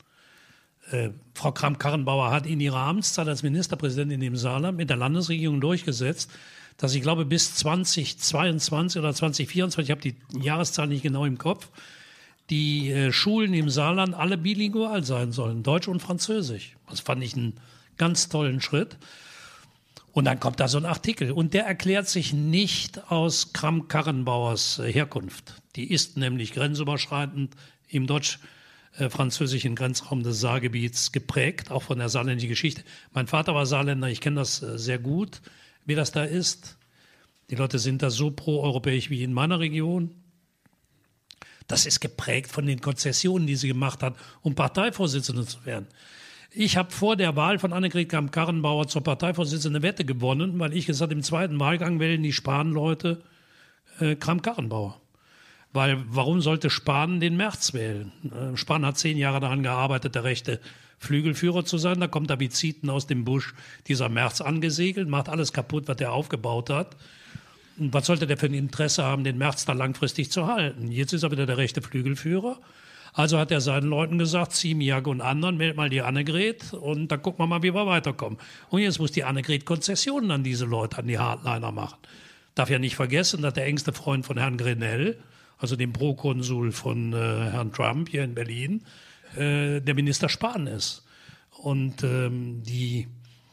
Frau Kramp-Karrenbauer hat in ihrer Amtszeit als Ministerpräsidentin im Saarland mit der Landesregierung durchgesetzt, dass ich glaube bis 2022 oder 2024, ich habe die Jahreszahl nicht genau im Kopf, die Schulen im Saarland alle bilingual sein sollen, Deutsch und Französisch. Das fand ich einen ganz tollen Schritt. Und dann kommt da so ein Artikel und der erklärt sich nicht aus Kramp-Karrenbauers Herkunft. Die ist nämlich grenzüberschreitend im deutsch-französischen Grenzraum des Saargebiets geprägt, auch von der saarländischen Geschichte. Mein Vater war Saarländer, ich kenne das sehr gut, wie das da ist. Die Leute sind da so pro-europäisch wie in meiner Region. Das ist geprägt von den Konzessionen, die sie gemacht hat, um Parteivorsitzende zu werden. Ich habe vor der Wahl von Annegret Kramp-Karrenbauer zur Parteivorsitzenden eine Wette gewonnen, weil ich gesagt habe, im zweiten Wahlgang wählen die Spahn-Leute Kramp-Karrenbauer. Weil warum sollte Spahn den Merz wählen? Spahn hat 10 Jahre daran gearbeitet, der rechte Flügelführer zu sein. Da kommt er wie Zieten aus dem Busch dieser Merz angesegelt, macht alles kaputt, was er aufgebaut hat. Und was sollte der für ein Interesse haben, den Merz da langfristig zu halten? Jetzt ist er wieder der rechte Flügelführer. Also hat er seinen Leuten gesagt, Ziemiak und anderen, wählt mal die Annegret und dann gucken wir mal, wie wir weiterkommen. Und jetzt muss die Annegret Konzessionen an diese Leute, an die Hardliner machen. Darf ja nicht vergessen, dass der engste Freund von Herrn Grenell, also dem Pro-Konsul von Herrn Trump hier in Berlin, der Minister Spahn ist. Und die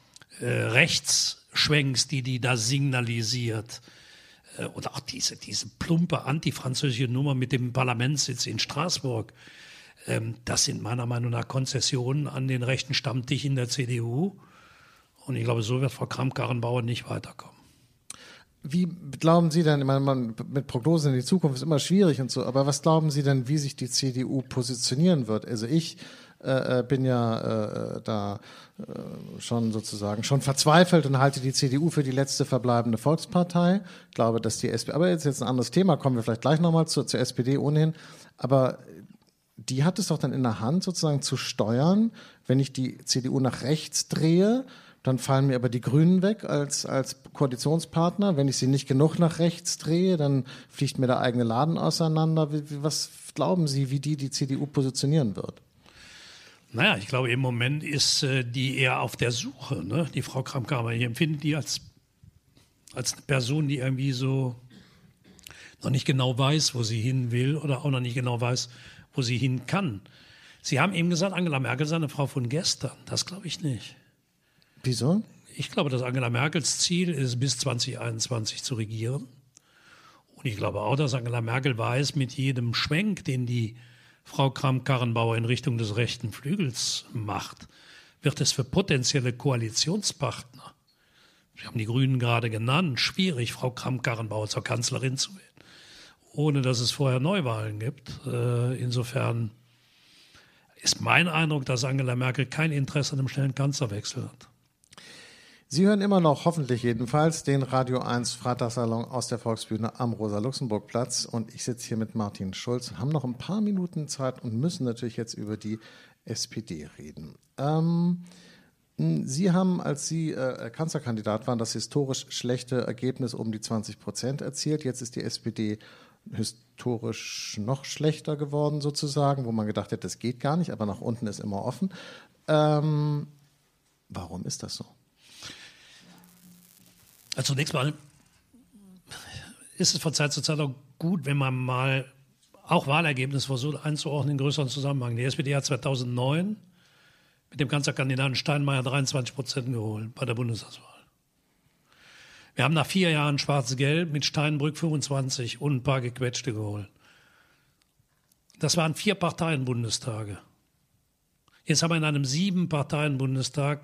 Rechtsschwenks, die da signalisiert, oder auch diese plumpe antifranzösische Nummer mit dem Parlamentssitz in Straßburg, das sind meiner Meinung nach Konzessionen an den rechten Stammtisch in der CDU. Und ich glaube, so wird Frau Kramp-Karrenbauer nicht weiterkommen. Wie glauben Sie denn, ich meine, mit Prognosen in die Zukunft ist immer schwierig und so, aber was glauben Sie denn, wie sich die CDU positionieren wird? Also ich bin ja schon verzweifelt und halte die CDU für die letzte verbleibende Volkspartei. Ich glaube, dass die SPD, aber jetzt ein anderes Thema, kommen wir vielleicht gleich nochmal zur SPD ohnehin, aber die hat es doch dann in der Hand, sozusagen zu steuern, wenn ich die CDU nach rechts drehe, dann fallen mir aber die Grünen weg als Koalitionspartner. Wenn ich sie nicht genug nach rechts drehe, dann fliegt mir der eigene Laden auseinander. Was glauben Sie, wie die CDU positionieren wird? Naja, ich glaube, im Moment ist die eher auf der Suche, ne? Die Frau Kramp-Karrenbauer. Ich empfinde die als eine Person, die irgendwie so noch nicht genau weiß, wo sie hin will oder auch noch nicht genau weiß, wo sie hin kann. Sie haben eben gesagt, Angela Merkel sei eine Frau von gestern. Das glaube ich nicht. Wieso? Ich glaube, dass Angela Merkels Ziel ist, bis 2021 zu regieren. Und ich glaube auch, dass Angela Merkel weiß, mit jedem Schwenk, den die Frau Kramp-Karrenbauer in Richtung des rechten Flügels macht, wird es für potenzielle Koalitionspartner, wir haben die Grünen gerade genannt, schwierig, Frau Kramp-Karrenbauer zur Kanzlerin zu wählen, ohne dass es vorher Neuwahlen gibt. Insofern ist mein Eindruck, dass Angela Merkel kein Interesse an einem schnellen Kanzlerwechsel hat. Sie hören immer noch, hoffentlich jedenfalls, den Radio 1 Freitagssalon aus der Volksbühne am Rosa-Luxemburg-Platz. Und ich sitze hier mit Martin Schulz, haben noch ein paar Minuten Zeit und müssen natürlich jetzt über die SPD reden. Sie haben, als Sie Kanzlerkandidat waren, das historisch schlechte Ergebnis um die 20% erzielt. Jetzt ist die SPD historisch noch schlechter geworden sozusagen, wo man gedacht hätte, das geht gar nicht, aber nach unten ist immer offen. Warum ist das so? Also zunächst mal ist es von Zeit zu Zeit auch gut, wenn man mal auch Wahlergebnis versucht einzuordnen in größeren Zusammenhang. Die SPD hat 2009 mit dem Kanzlerkandidaten Steinmeier 23% geholt bei der Bundestagswahl. Wir haben nach 4 Jahren Schwarz-Gelb mit Steinbrück 25 und ein paar Gequetschte geholt. Das waren 4 Parteien-Bundestage. Jetzt haben wir in einem 7-Parteien-Bundestag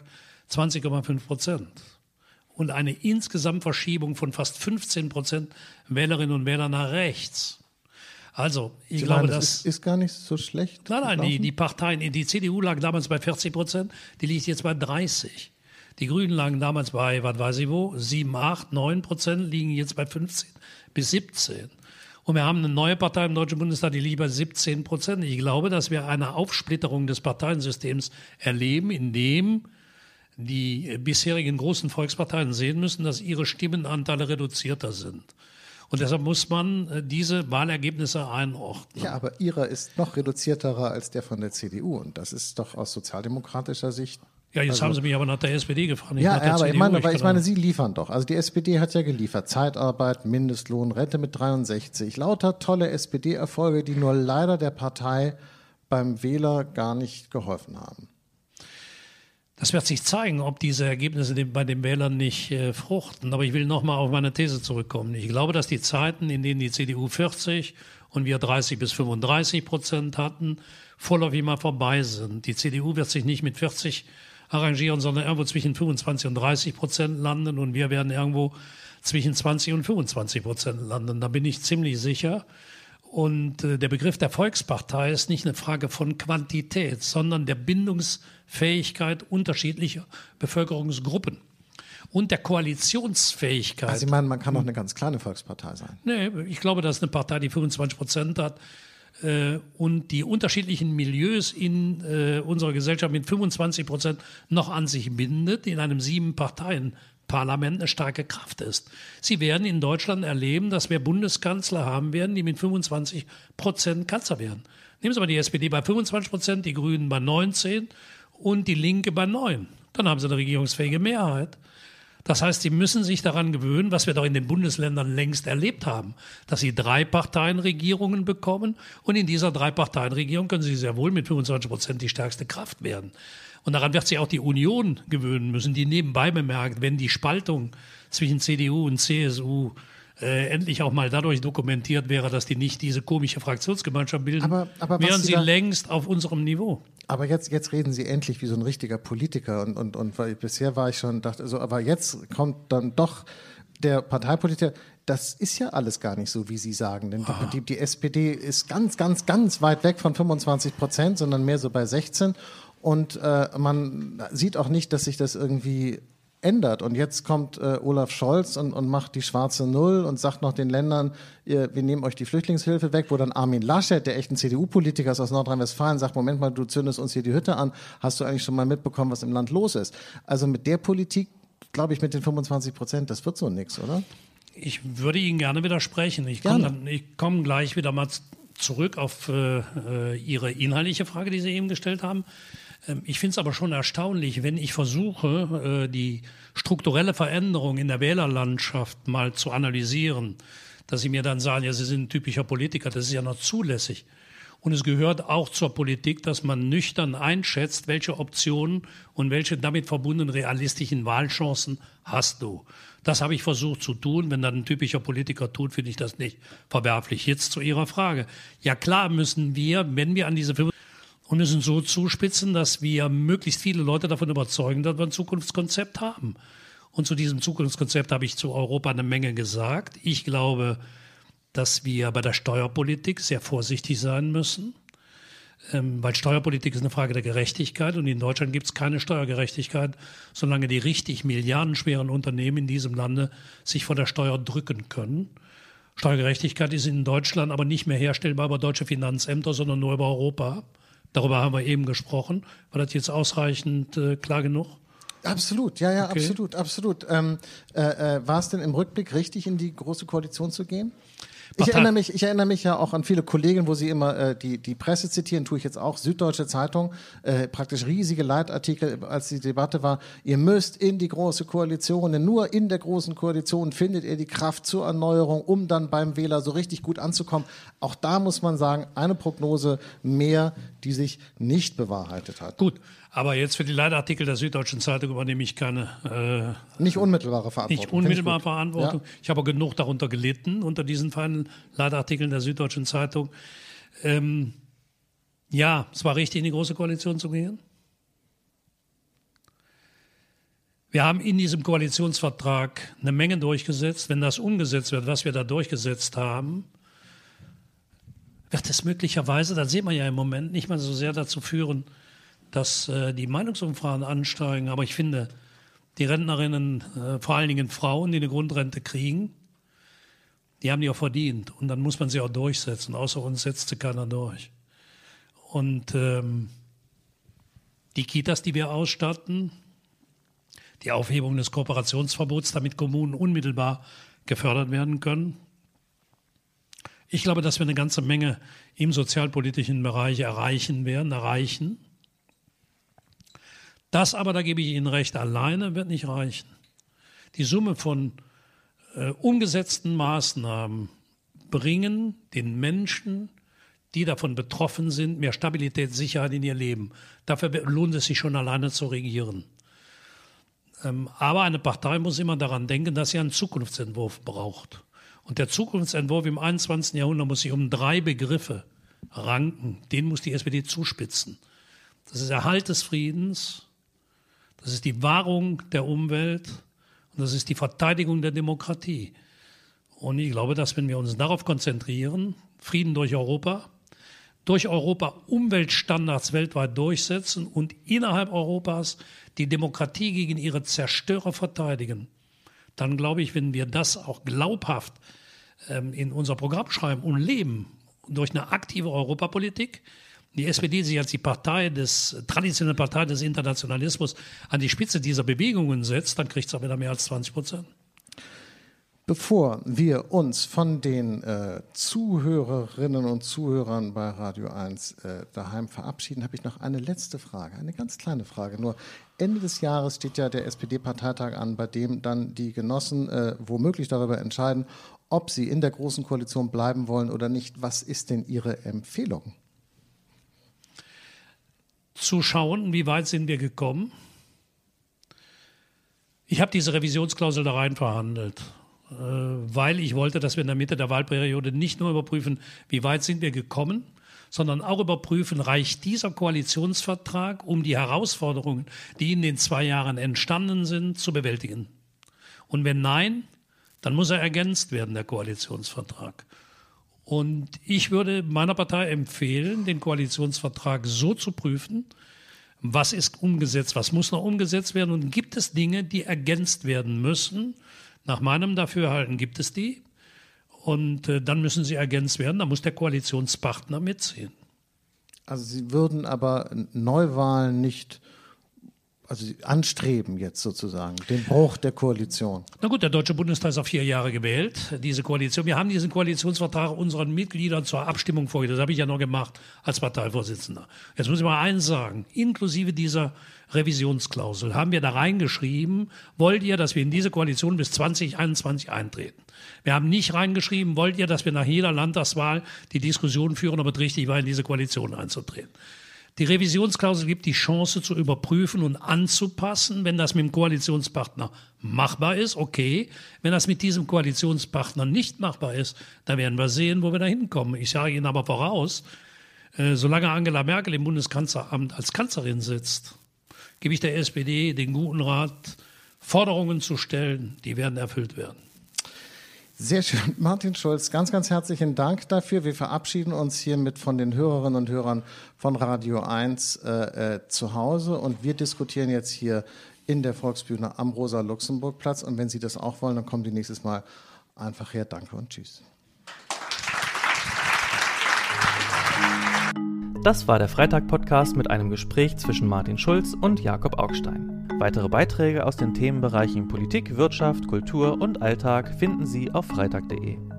20,5% und eine Insgesamtverschiebung von fast 15% Wählerinnen und Wähler nach rechts. Also, ich glaube, das ist gar nicht so schlecht. Nein, die Parteien, die CDU lag damals bei 40%, die liegt jetzt bei 30%. Die Grünen lagen damals bei, was weiß ich wo, 7, 8, 9%, liegen jetzt bei 15 bis 17. Und wir haben eine neue Partei im Deutschen Bundestag, die liegt bei 17%. Ich glaube, dass wir eine Aufsplitterung des Parteiensystems erleben, indem die bisherigen großen Volksparteien sehen müssen, dass ihre Stimmenanteile reduzierter sind. Und deshalb muss man diese Wahlergebnisse einordnen. Ja, aber Ihrer ist noch reduzierterer als der von der CDU. Und das ist doch aus sozialdemokratischer Sicht. Ja, jetzt haben Sie mich aber nach der SPD gefragt. Ja, aber ich meine, Sie liefern doch. Also die SPD hat ja geliefert. Zeitarbeit, Mindestlohn, Rente mit 63. Lauter tolle SPD-Erfolge, die nur leider der Partei beim Wähler gar nicht geholfen haben. Das wird sich zeigen, ob diese Ergebnisse bei den Wählern nicht fruchten. Aber ich will nochmal auf meine These zurückkommen. Ich glaube, dass die Zeiten, in denen die CDU 40 und wir 30 bis 35% hatten, vorläufig mal vorbei sind. Die CDU wird sich nicht mit 40 arrangieren, sondern irgendwo zwischen 25 und 30% landen und wir werden irgendwo zwischen 20 und 25% landen. Da bin ich ziemlich sicher. Und der Begriff der Volkspartei ist nicht eine Frage von Quantität, sondern der Bindungsfähigkeit unterschiedlicher Bevölkerungsgruppen und der Koalitionsfähigkeit. Also Sie meinen, man kann auch eine ganz kleine Volkspartei sein? Nee, ich glaube, dass eine Partei, die 25% hat und die unterschiedlichen Milieus in unserer Gesellschaft mit 25% noch an sich bindet, in einem 7-Parteien-Parlament eine starke Kraft ist. Sie werden in Deutschland erleben, dass wir Bundeskanzler haben werden, die mit 25% Kanzler werden. Nehmen Sie mal die SPD bei 25%, die Grünen bei 19% und die Linke bei 9%. Dann haben Sie eine regierungsfähige Mehrheit. Das heißt, Sie müssen sich daran gewöhnen, was wir doch in den Bundesländern längst erlebt haben, dass Sie 3-Parteien-Regierungen bekommen und in dieser 3-Parteien-Regierung können Sie sehr wohl mit 25% die stärkste Kraft werden. Und daran wird sich auch die Union gewöhnen müssen, die nebenbei bemerkt, wenn die Spaltung zwischen CDU und CSU endlich auch mal dadurch dokumentiert wäre, dass die nicht diese komische Fraktionsgemeinschaft bilden, aber wären sie längst auf unserem Niveau. Aber jetzt reden Sie endlich wie so ein richtiger Politiker und weil bisher war ich schon, dachte so, aber jetzt kommt dann doch der Parteipolitiker. Das ist ja alles gar nicht so, wie Sie sagen, denn die SPD ist ganz, ganz, ganz weit weg von 25%, sondern mehr so bei 16%. Und man sieht auch nicht, dass sich das irgendwie ändert. Und jetzt kommt Olaf Scholz und macht die schwarze Null und sagt noch den Ländern, wir nehmen euch die Flüchtlingshilfe weg, wo dann Armin Laschet, der echt ein CDU-Politiker ist aus Nordrhein-Westfalen, sagt, Moment mal, du zündest uns hier die Hütte an, hast du eigentlich schon mal mitbekommen, was im Land los ist? Also mit der Politik, glaube ich, mit den 25%, das wird so nix, oder? Ich würde Ihnen gerne widersprechen. Ich komme gleich wieder mal zurück auf Ihre inhaltliche Frage, die Sie eben gestellt haben. Ich finde es aber schon erstaunlich, wenn ich versuche, die strukturelle Veränderung in der Wählerlandschaft mal zu analysieren, dass Sie mir dann sagen, ja, Sie sind ein typischer Politiker, das ist ja noch zulässig. Und es gehört auch zur Politik, dass man nüchtern einschätzt, welche Optionen und welche damit verbundenen realistischen Wahlchancen hast du. Das habe ich versucht zu tun. Wenn das ein typischer Politiker tut, finde ich das nicht verwerflich. Jetzt zu Ihrer Frage. Ja klar müssen wir, wenn wir an diese und müssen so zuspitzen, dass wir möglichst viele Leute davon überzeugen, dass wir ein Zukunftskonzept haben. Und zu diesem Zukunftskonzept habe ich zu Europa eine Menge gesagt. Ich glaube, dass wir bei der Steuerpolitik sehr vorsichtig sein müssen, weil Steuerpolitik ist eine Frage der Gerechtigkeit und in Deutschland gibt es keine Steuergerechtigkeit, solange die richtig milliardenschweren Unternehmen in diesem Lande sich vor der Steuer drücken können. Steuergerechtigkeit ist in Deutschland aber nicht mehr herstellbar über deutsche Finanzämter, sondern nur über Europa. Darüber haben wir eben gesprochen. War das jetzt ausreichend klar genug? Absolut, ja, okay. Absolut. War es denn im Rückblick richtig, in die Große Koalition zu gehen? Ich erinnere mich ja auch an viele Kollegen, wo sie immer die Presse zitieren, tue ich jetzt auch, Süddeutsche Zeitung, praktisch riesige Leitartikel, als die Debatte war, ihr müsst in die Große Koalition, denn nur in der Großen Koalition findet ihr die Kraft zur Erneuerung, um dann beim Wähler so richtig gut anzukommen. Auch da muss man sagen, eine Prognose mehr, die sich nicht bewahrheitet hat. Gut, aber jetzt für die Leitartikel der Süddeutschen Zeitung übernehme ich keine... nicht unmittelbare Verantwortung. Nicht unmittelbare Verantwortung. Ja. Ich habe auch genug darunter gelitten, unter diesen feinen Leitartikeln der Süddeutschen Zeitung. Ja, es war richtig, in die Große Koalition zu gehen. Wir haben in diesem Koalitionsvertrag eine Menge durchgesetzt. Wenn das umgesetzt wird, was wir da durchgesetzt haben, wird es möglicherweise, das sieht man ja im Moment, nicht mal so sehr dazu führen, dass die Meinungsumfragen ansteigen. Aber ich finde, die Rentnerinnen, vor allen Dingen Frauen, die eine Grundrente kriegen, die haben die auch verdient. Und dann muss man sie auch durchsetzen. Außer uns setzt sie keiner durch. Und die Kitas, die wir ausstatten, die Aufhebung des Kooperationsverbots, damit Kommunen unmittelbar gefördert werden können. Ich glaube, dass wir eine ganze Menge im sozialpolitischen Bereich erreichen. Das aber, da gebe ich Ihnen recht, alleine wird nicht reichen. Die Summe von umgesetzten Maßnahmen bringen den Menschen, die davon betroffen sind, mehr Stabilität, Sicherheit in ihr Leben. Dafür lohnt es sich schon alleine zu regieren. Aber eine Partei muss immer daran denken, dass sie einen Zukunftsentwurf braucht. Und der Zukunftsentwurf im 21. Jahrhundert muss sich um 3 Begriffe ranken. Den muss die SPD zuspitzen. Das ist Erhalt des Friedens, das ist die Wahrung der Umwelt und das ist die Verteidigung der Demokratie. Und ich glaube, dass wenn wir uns darauf konzentrieren, Frieden durch Europa Umweltstandards weltweit durchsetzen und innerhalb Europas die Demokratie gegen ihre Zerstörer verteidigen, dann glaube ich, wenn wir das auch glaubhaft in unser Programm schreiben und leben, durch eine aktive Europapolitik, die SPD sich als die traditionelle Partei des Internationalismus an die Spitze dieser Bewegungen setzt, dann kriegt es auch wieder mehr als 20%. Bevor wir uns von den Zuhörerinnen und Zuhörern bei Radio 1 daheim verabschieden, habe ich noch eine letzte Frage, eine ganz kleine Frage. Nur Ende des Jahres steht ja der SPD-Parteitag an, bei dem dann die Genossen womöglich darüber entscheiden, ob sie in der Großen Koalition bleiben wollen oder nicht. Was ist denn Ihre Empfehlung? Zu schauen, wie weit sind wir gekommen. Ich habe diese Revisionsklausel da rein verhandelt, weil ich wollte, dass wir in der Mitte der Wahlperiode nicht nur überprüfen, wie weit sind wir gekommen, sondern auch überprüfen, reicht dieser Koalitionsvertrag, um die Herausforderungen, die in den 2 Jahren entstanden sind, zu bewältigen. Und wenn nein, dann muss er ergänzt werden, der Koalitionsvertrag. Und ich würde meiner Partei empfehlen, den Koalitionsvertrag so zu prüfen, was ist umgesetzt, was muss noch umgesetzt werden und gibt es Dinge, die ergänzt werden müssen. Nach meinem Dafürhalten gibt es die und dann müssen sie ergänzt werden, da muss der Koalitionspartner mitziehen. Also Sie würden aber Neuwahlen nicht anstreben jetzt sozusagen, den Bruch der Koalition. Na gut, der Deutsche Bundestag ist auf 4 Jahre gewählt, diese Koalition. Wir haben diesen Koalitionsvertrag unseren Mitgliedern zur Abstimmung vorgelegt. Das habe ich ja noch gemacht als Parteivorsitzender. Jetzt muss ich mal eins sagen, inklusive dieser Revisionsklausel haben wir da reingeschrieben, wollt ihr, dass wir in diese Koalition bis 2021 eintreten? Wir haben nicht reingeschrieben, wollt ihr, dass wir nach jeder Landtagswahl die Diskussion führen, ob es richtig war, in diese Koalition einzutreten. Die Revisionsklausel gibt die Chance zu überprüfen und anzupassen, wenn das mit dem Koalitionspartner machbar ist, okay. Wenn das mit diesem Koalitionspartner nicht machbar ist, dann werden wir sehen, wo wir da hinkommen. Ich sage Ihnen aber voraus, solange Angela Merkel im Bundeskanzleramt als Kanzlerin sitzt, gebe ich der SPD den guten Rat, Forderungen zu stellen, die werden erfüllt werden. Sehr schön. Martin Schulz, ganz, ganz herzlichen Dank dafür. Wir verabschieden uns hiermit von den Hörerinnen und Hörern von Radio 1 zu Hause und wir diskutieren jetzt hier in der Volksbühne am Rosa-Luxemburg-Platz und wenn Sie das auch wollen, dann kommen Sie nächstes Mal einfach her. Danke und tschüss. Das war der Freitag-Podcast mit einem Gespräch zwischen Martin Schulz und Jakob Augstein. Weitere Beiträge aus den Themenbereichen Politik, Wirtschaft, Kultur und Alltag finden Sie auf freitag.de.